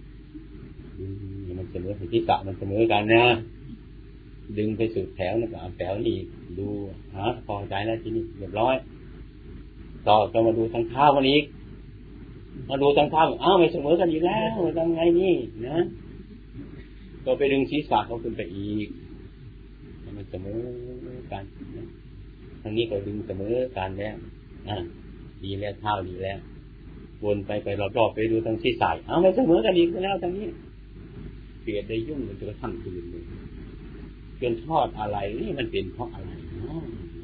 มันเสมอศีรษะมันเสมอกันนะดึงไปสุดแถวนะก็เอาแถวนี้ดูฮะพอใจแล้วทีนี้เรียบร้อยต่อก็มาดูทางเท้ามันอีกมาดูทางเท้าอ้าวไม่เสมอกันอีกแล้วทำไงนี่นะก็ไปดึงศีรษะเขาขึ้นไปอีกมันเสมอกันทางนี้ก็ดึงเสมอกันแล้วอ่าดีแล้วเท้าดีแล้วบวนไปไปรอบๆไปดูทางที่สายเอาไม่เสมอกันอีกแล้วทางนี้เปลี่ยนได้ยุ่งจนกระทั่งคืนเลยเป็นทอดอะไรนี่มันเป็นเพราะอะไรเนาะ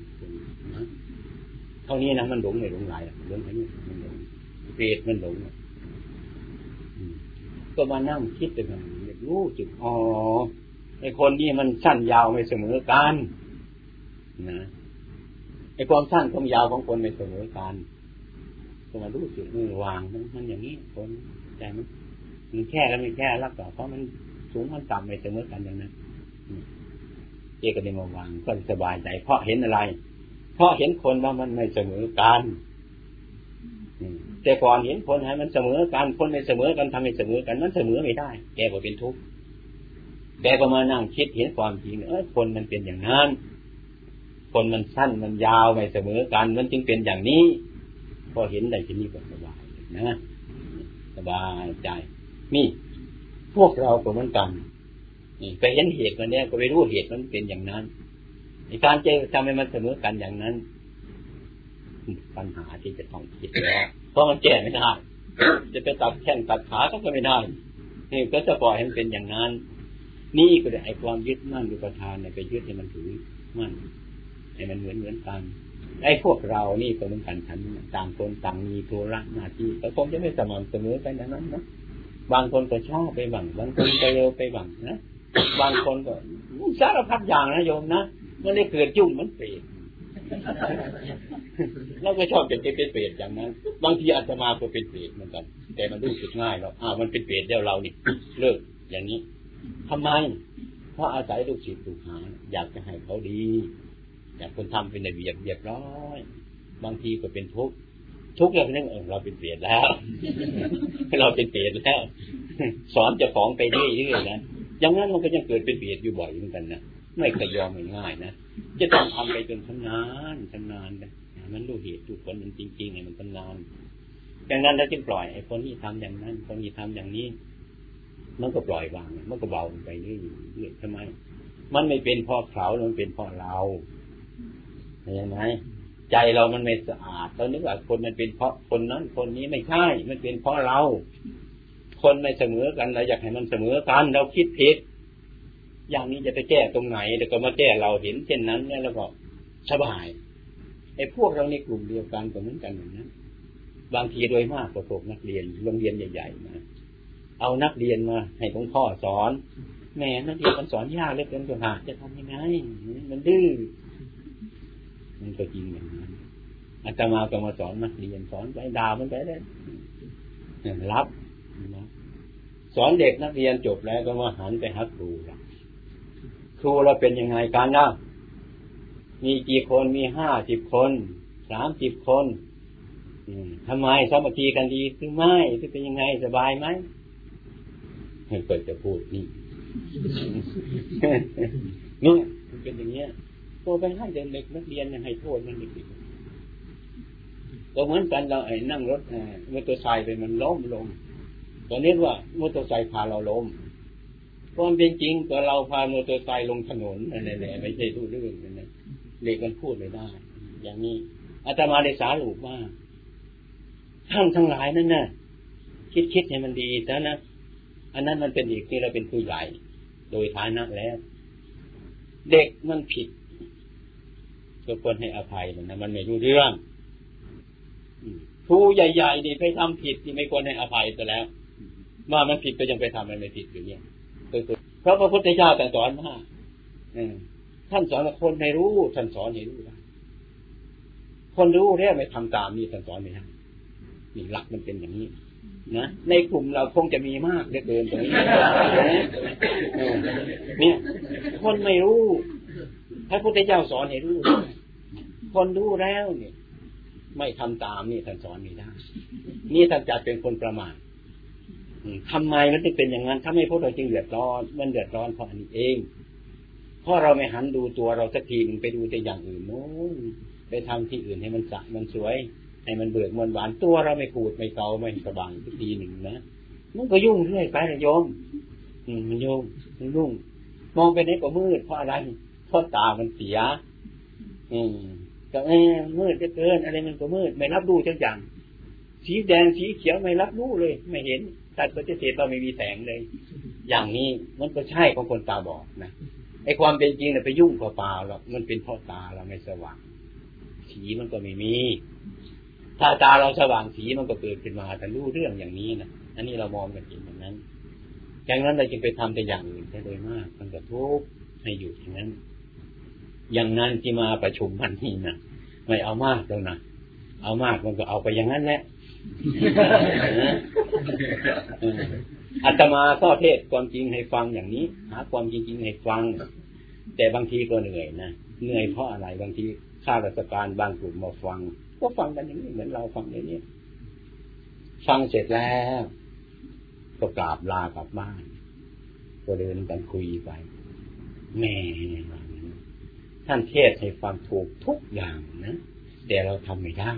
เท่านี้นะมันหลงไม่หลงหลายหลงแค่นี้มันหลงเปรตมันหลงก็มานั่งคิดแต่กันรู้จุดอ๋อไอ้คนนี้มันสั้นยาวไม่เสมอกันนะไอ้ความสั้นความยาวของคนไม่เสมอกันก็มารู้จุดมือวางมันอย่างนี้คนใจมันมันแค่แล้วไม่แค่รับต่อเพราะมันสูงมันต่ำไม่เสมอกันอย่างนั้นเอกเดมาวางก็สบายใจเพราะเห็นอะไรเพราะเห็นคนว่ามันไม่เสมอกันแต่ก่อนเห็นคนให้มันเสมอกันคนไม่เสมอกันทำให้เสมอกันมันเสมอไม่ได้แกก็เป็นทุกข์แกก็มานั่งคิดเห็นความจริงเออคนมันเป็นอย่างนั้นคนมันสั้นมันยาวไม่เสมอกันมันจึงเป็นอย่างนี้พอเห็นได้ทีนี้ก็สบายนะสบายใจนี่พวกเราก็เหมือนกันนี่ไปเห็นเหตุมันเนี่ยก็ไปรู้เหตุมันเป็นอย่างนั้นในการเจอทำให้มันเสมอกันอย่างนั้นปัญหาที่จะต้องคิดแล้วเพราะมันแก้ไม่ได้จะไปตัดแข้งตัดขาก็ไม่ได้นี่ก็จะปล่อยให้มันเป็นอย่างนั้นนี่ก็ได้ไอ้ความยึดมั่นอุปทานเนี่ยไปยึดให้มันถือมั่นให้มันเหมือนเหมือนกันไอ้พวกเรานี่ก็เหมือนกันฉันต่างคนต่างมีธุระหน้าที่แต่คงจะไม่สม่ำเสมอกันอย่างนั้นนะบางคนก็ชอบไปบังบางคนก็เร็วไปบังนะบางคนก็สารพัดอย่างนะโยมนะมันได้เกิดยุ่งมันเปรตแล้วก็ชอบเป็นเป็นเปรตอย่างนั้นบางทีอาตมาก็เป็นเปรตเหมือนกันแต่มันรู้สึกง่ายหรอกอ้าวมันเป็นเปรตแล้วเรานี่เลิกอย่างนี้ทำไมเพราะอาศัยลูกศิษย์ลูกหาอยากจะให้เขาดีอยากคนทำเป็นระเบียบเรียบร้อยบางทีก็เป็นทุกข์ทุกข์อย่างนึงเออเราเป็นเปรตแล้วเราเป็นเปรตแล้วสอนเจ้าของไปเรื่อยๆนะอย่างนั้นมันก็ยังเกิดเป็นเปรตอยู่บ่อยเหมือนกันนะไม่เคยยอมง่ายๆนะจะต้องทำไปจนชำนาญชำนาญไปมันรู้เหตุรู้ผลมันจริงๆไงมันชำนาญดังนั้นแล้วจึงปล่อยไอ้คนที่ทำอย่างนั้นคนที่ทำอย่างนี้มันก็ปล่อยวางมันก็เบาไปเรื่อยๆทำไมมันไม่เป็นเพราะเขามันเป็นเพราะเราเห็นไหมใจเรามันไม่สะอาดเรานึกว่าคนมันเป็นเพราะคนนั้นคนนี้ไม่ใช่มันเป็นเพราะเราคนไม่เสมอกันเราอยากให้มันเสมอกันเราคิดผิดอย่างนี้จะไปแก้ตรงไหนเดี๋ยวก็มาแก้เราเห็นเช่นนั้นเนี่ยแล้วก็สบายไอ้พวกเราในกลุ่มเดียวกันก็เหมือนกันอย่างนั้นบางทีโดยมากก็พวกนักเรียนโรงเรียนใหญ่ๆนะเอานักเรียนมาให้หลวงพ่อสอนแม่นักเรียนมันสอนยากเหลือเกินตัวหาจะทำยังไงมันดื้อมันก็จริงอย่างนั้นอาตมาก็มาสอนนักเรียนสอนไปด่ามันไปเลยรับนะสอนเด็กนักเรียนจบแล้วก็มาหันไปหาครูละครูเราเป็นยังไงกันนะมีกี่คนมีห้าสิบคนสามสิบคนทำไมสามัคคีกันดีหรือไม่ที่เป็นยังไงสบายไหมเปิดจะพูดนี่นี่มันเป็นอย่างเงี้ยโตไปให้เด็กนักเรียนยังให้โทษมันเด็กๆก็เหมือนกันเราไอ้นั่งรถมอเตอร์ไซค์ไปมันล้มลงตอนนี้ว่ามอเตอร์ไซค์พาเราล้มความเป็นจริงตัวเราพามอเตอร์ไซค์ลงถนนนั่นแหละไม่ใช่รู้เรื่องนั่นนะเด็กมันพูดไม่ได้อย่างนี้อาตมาได้สารุปว่าท่านทั้งหลายนั่นน่ะคิดๆให้มันดีซะนะอันนั้นมันเป็นเด็กที่เราเป็นผู้ใหญ่โดยฐานะแล้วเด็กมันผิดก็ควรให้อภัยมันนะมันไม่รู้เรื่องครูใหญ่ๆนี่ไปทำผิดนี่ไม่ควรให้อภัยซะแล้วว่ามันผิดก็ยังไปทำมันไม่ผิดอยู่เนี่ยเพราะพระพุทธเจ้าแต่สอนว่าท่านสอนว่าคนให้รู้ท่านสอนให้รู้ได้คนรู้แล้วไม่ทำตามนี่ท่านสอนไม่ได้นี่หลักมันเป็นอย่างนี้นะในกลุ่มเราคงจะมีมากเหลือเกินตรงนี้เนี่ยคนไม่รู้พระพุทธเจ้าสอนให้รู้คนรู้แล้วเนี่ยไม่ทำตามนี่ท่านสอนไม่ได้นี่ท่านจัดเป็นคนประมาททำไมมันถึงเป็นอย่างนั้นถ้าไม่พวกเราจึงเดือดร้อนมันเดือดร้อนเพราะอันนี้เองเพราะเราไม่หันดูตัวเราสักทีนึงไปดูแต่อย่างอื่นโน้นไปทำที่อื่นให้มันสะมันสวยให้มันเบิกมันหวานตัวเราไม่ปูดไม่เกาไม่สว่างสักทีหนึ่งนะมันก็ยุ่งเรื่อยไปนะโยมอืมมันยุ่งมันยุ่งมองไปไหนก็มืดเพราะอะไรเพราะตามันเสียอืมก็เออมืดจะเกินอะไรมันก็มืดไม่รับรู้จังอย่างสีแดงสีเขียวไม่รับรู้เลยไม่เห็นตัดปฏิเสธว่าไม่มีแสงเลยอย่างนี้มันก็ใช่ของคนตาบอดนะไอ้ความเป็นจริงเนี่ยไปยุ่งกับตาเรามันเป็นเพราะตาเราไม่สว่างสีมันก็ไม่มีถ้าตาเราสว่างสีมันก็เกิดขึ้นมาแต่รู้เรื่องอย่างนี้นะอันนี้เรามองกันจริงอย่างนั้นอย่างนั้นเราจึงไปทำแต่อย่างอื่นแค่โดยมากมันก็ทุกข์ให้อยู่อย่างนั้นอย่างนั้นที่มาประชุมพันนี้นะไม่เอามากแล้วนะเอามากมันก็เอาไปอย่างนั้นแหละอาตมาก็เทศความจริงให้ฟังอย่างนี้หาความจริงๆให้ฟังแต่บางทีก็เหนื่อยนะเหนื่อยเพราะอะไรบางทีข้าราชการบางกลุ่มมาฟังก็ฟังกันอย่างนี้เหมือนเราฟังอย่างนี้ฟังเสร็จแล้วก็กราบลากลับบ้านก็เดินกันคุยไปแม่ท่านเทศให้ฟังถูกทุกอย่างนะแต่เราทำไม่ได้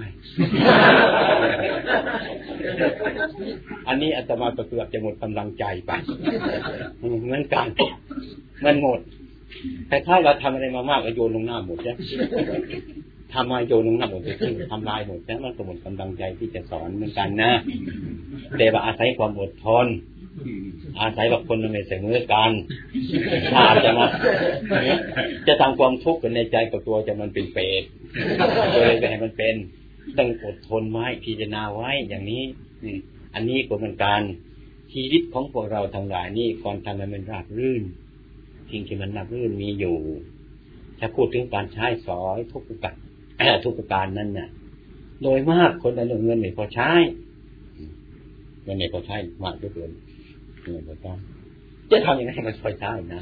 อันนี้อาตมาก็เกือบจะหมดกำลังใจไปเหมือนกันมันหมดแต่ถ้าเราทำอะไรมามากก็โยนลงหน้าหมดใช่ทำมาโยนลงหน้าหมดจะทิ้งทำลายหมดแล้วมันก็หมดกำลังใจที่จะสอนเหมือนกันนะแต่ว่าอาศัยความอดทนอาศัยแบบคนไม่เสมอกันถ้าจะมาจะทำความทุกข์ในใจกับตัวจะมันเป็นเปรตเลยไปให้มันเป็นต้องอดทนไว้พิจารณาไว้อย่างนี้อันนี้ก็เป็นการชีวิตของพวกเราทั้งหลายนี่ก่อนทำให้มันราบรื่นสิ่งที่มันราบรื่นมีอยู่ถ้าพูดถึงการใช้สอยทุกประการทุกประการนั้นน่ะโดยมากคนได้เงินไม่พอใช้เงินไม่พอใช้มากเหลือเกินเงินพอใช้จะทำยังไงให้มันพอใช้นะ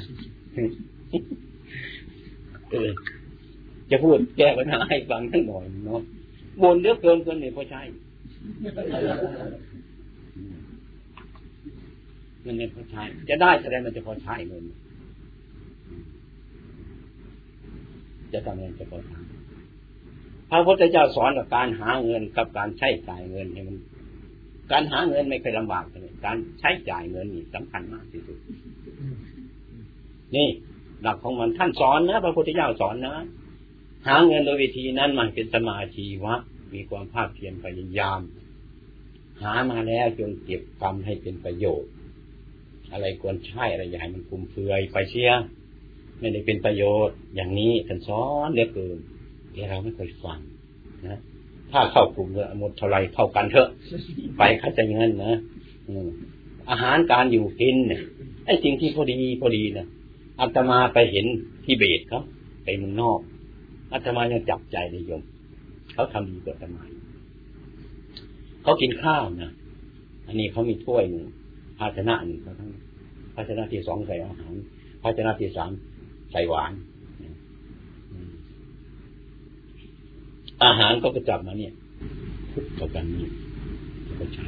เออจะพูดแก้ปัญหาให้ฟังทั้งหน่อยเนาะบ่นเยอะเกินเกินไม่พอใช้เงินไม่พอใช้จะได้แสดงมันจะพอใช้เงินจะทำเงินจะพอใช้พระพุทธเจ้าสอนกับการหาเงินกับการใช้จ่ายเงินให้มันการหาเงินไม่เคยลำบากเลยการใช้จ่ายเงินนี่สำคัญมากที่สุดนี่หลักของมันท่านสอนนะพระพุทธเจ้าสอนนะหาเงินโดยวิธีนั้นมันเป็นสมาธิวะมีความภาคเพียรพยายามหามาแล้วจงเก็บกรรมให้เป็นประโยชน์อะไรควรใช้อะไรอย่าให้มันฟุ่มเฟือยไปเสียไม่ได้เป็นประโยชน์อย่างนี้ท่านสอนเหลือเกินแต่เราไม่เคยฟังนะถ้าเข้ากลุ่มเลยหมดเท่าไรเข้ากันเถอะไปเข้าใจเงินนะอาหารการอยู่กินเนี่ยไอ้สิ่งที่พอดีพอดีนะอาตมาไปเห็นที่เบสเขาไปเมืองนอกอาตมายังจับใจในโยมเขาทำดีกว่าอาตมาเขากินข้าวนะอันนี้เขามีถ้วยหนึ่งภาชนะหนึ่งเขาทั้งภาชนะที่สองใส่อาหารภาชนะที่สามใส่หวานอาหารก็ประจับมาเนี่ยคุกกับกันนี่ก็ฉัน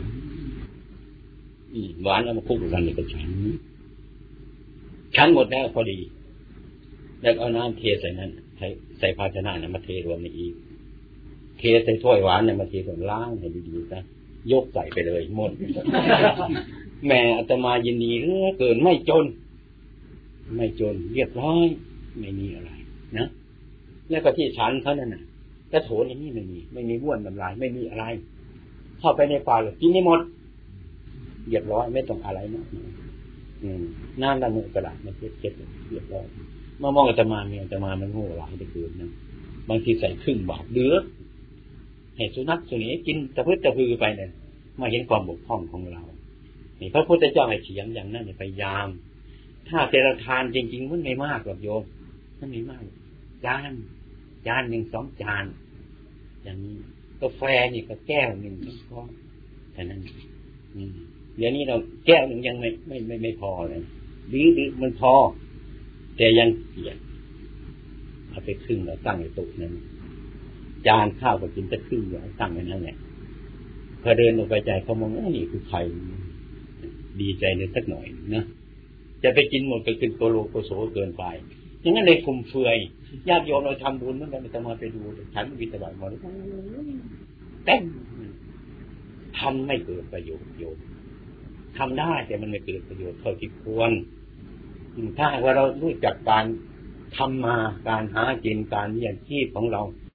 หวานเอามาคุกกับกันนี่ก็ฉันฉันหมดแล้วพอดีแล้วเอาน้ำเทใส่นั้นใส่ใส่ภาชนะเนี่ยมาเทรวมในอีกเทใส่ถ้วยหวานเนี่ยมาเทส่วนล้างให้ดีๆซะยกใส่ไปเลยหมดแม่อาตมายินดีเหลือเกินไม่จนไม่จนเรียบร้อยไม่มีอะไรนะแล้วก็ที่ฉันเขานั่นน่ะกระโถนอย่างนี้ไม่มีไม่มีบ้วนน้ำลายไม่มีอะไรเข้าไปในป่าเลยกินไม่หมดเรียบร้อยไม่ต้องอะไรนะอืมน้ำละมือกระดาษมันเช็ดเช็ดเรียบร้อยมามองอาตมาเนี่ยอาตมามันโง่หลายเหลือเกินนะบางทีใส่ครึ่งบาทเดือดให้สุนัขตัวนี้กินตะพื้นตะพือไปเนี่ยมาเห็นความบกพร่องของเรานี่พระพุทธเจ้าให้เฉียงอย่างนั้นพยายามถ้าเจริญทานจริงๆมันไม่มากหรอกโยมมันไม่มากจานจานหนึ่งสองจานอย่างนี้กาแฟนี่ก็แก้วหนึ่งก็แค่นั้นเดี๋ยวนี้เราแก้วหนึ่งยังไม่ไม่ไม่ไม่พอเลยดื้อดื้อมันพอแต่ยังเกียดเอาไปครึ่งแล้วตั้งในโต๊ะนั้นจานข้าวก็กินจะครึ่งแล้วตั้งไว้นั่นแหละพอเดินออกไปใจเขามองว่านี่คือใครดีใจเลยสักหน่อยนะจะไปกินหมดก็กินโกโลโกโซเกินไปอย่างนั้นเลยคุมเฟือยญาติโยมเราทำบุญเมื่อไหร่จะมาไปดูฉันวิตามินหมดเต็มทำไม่เกิดประโยชน์โยมทำได้แต่มันไม่เกิดประโยชน์เท่าที่ควรถ้าว่าเรารู้จักการทำมาการหากินการเลี้ยงชีพของเรา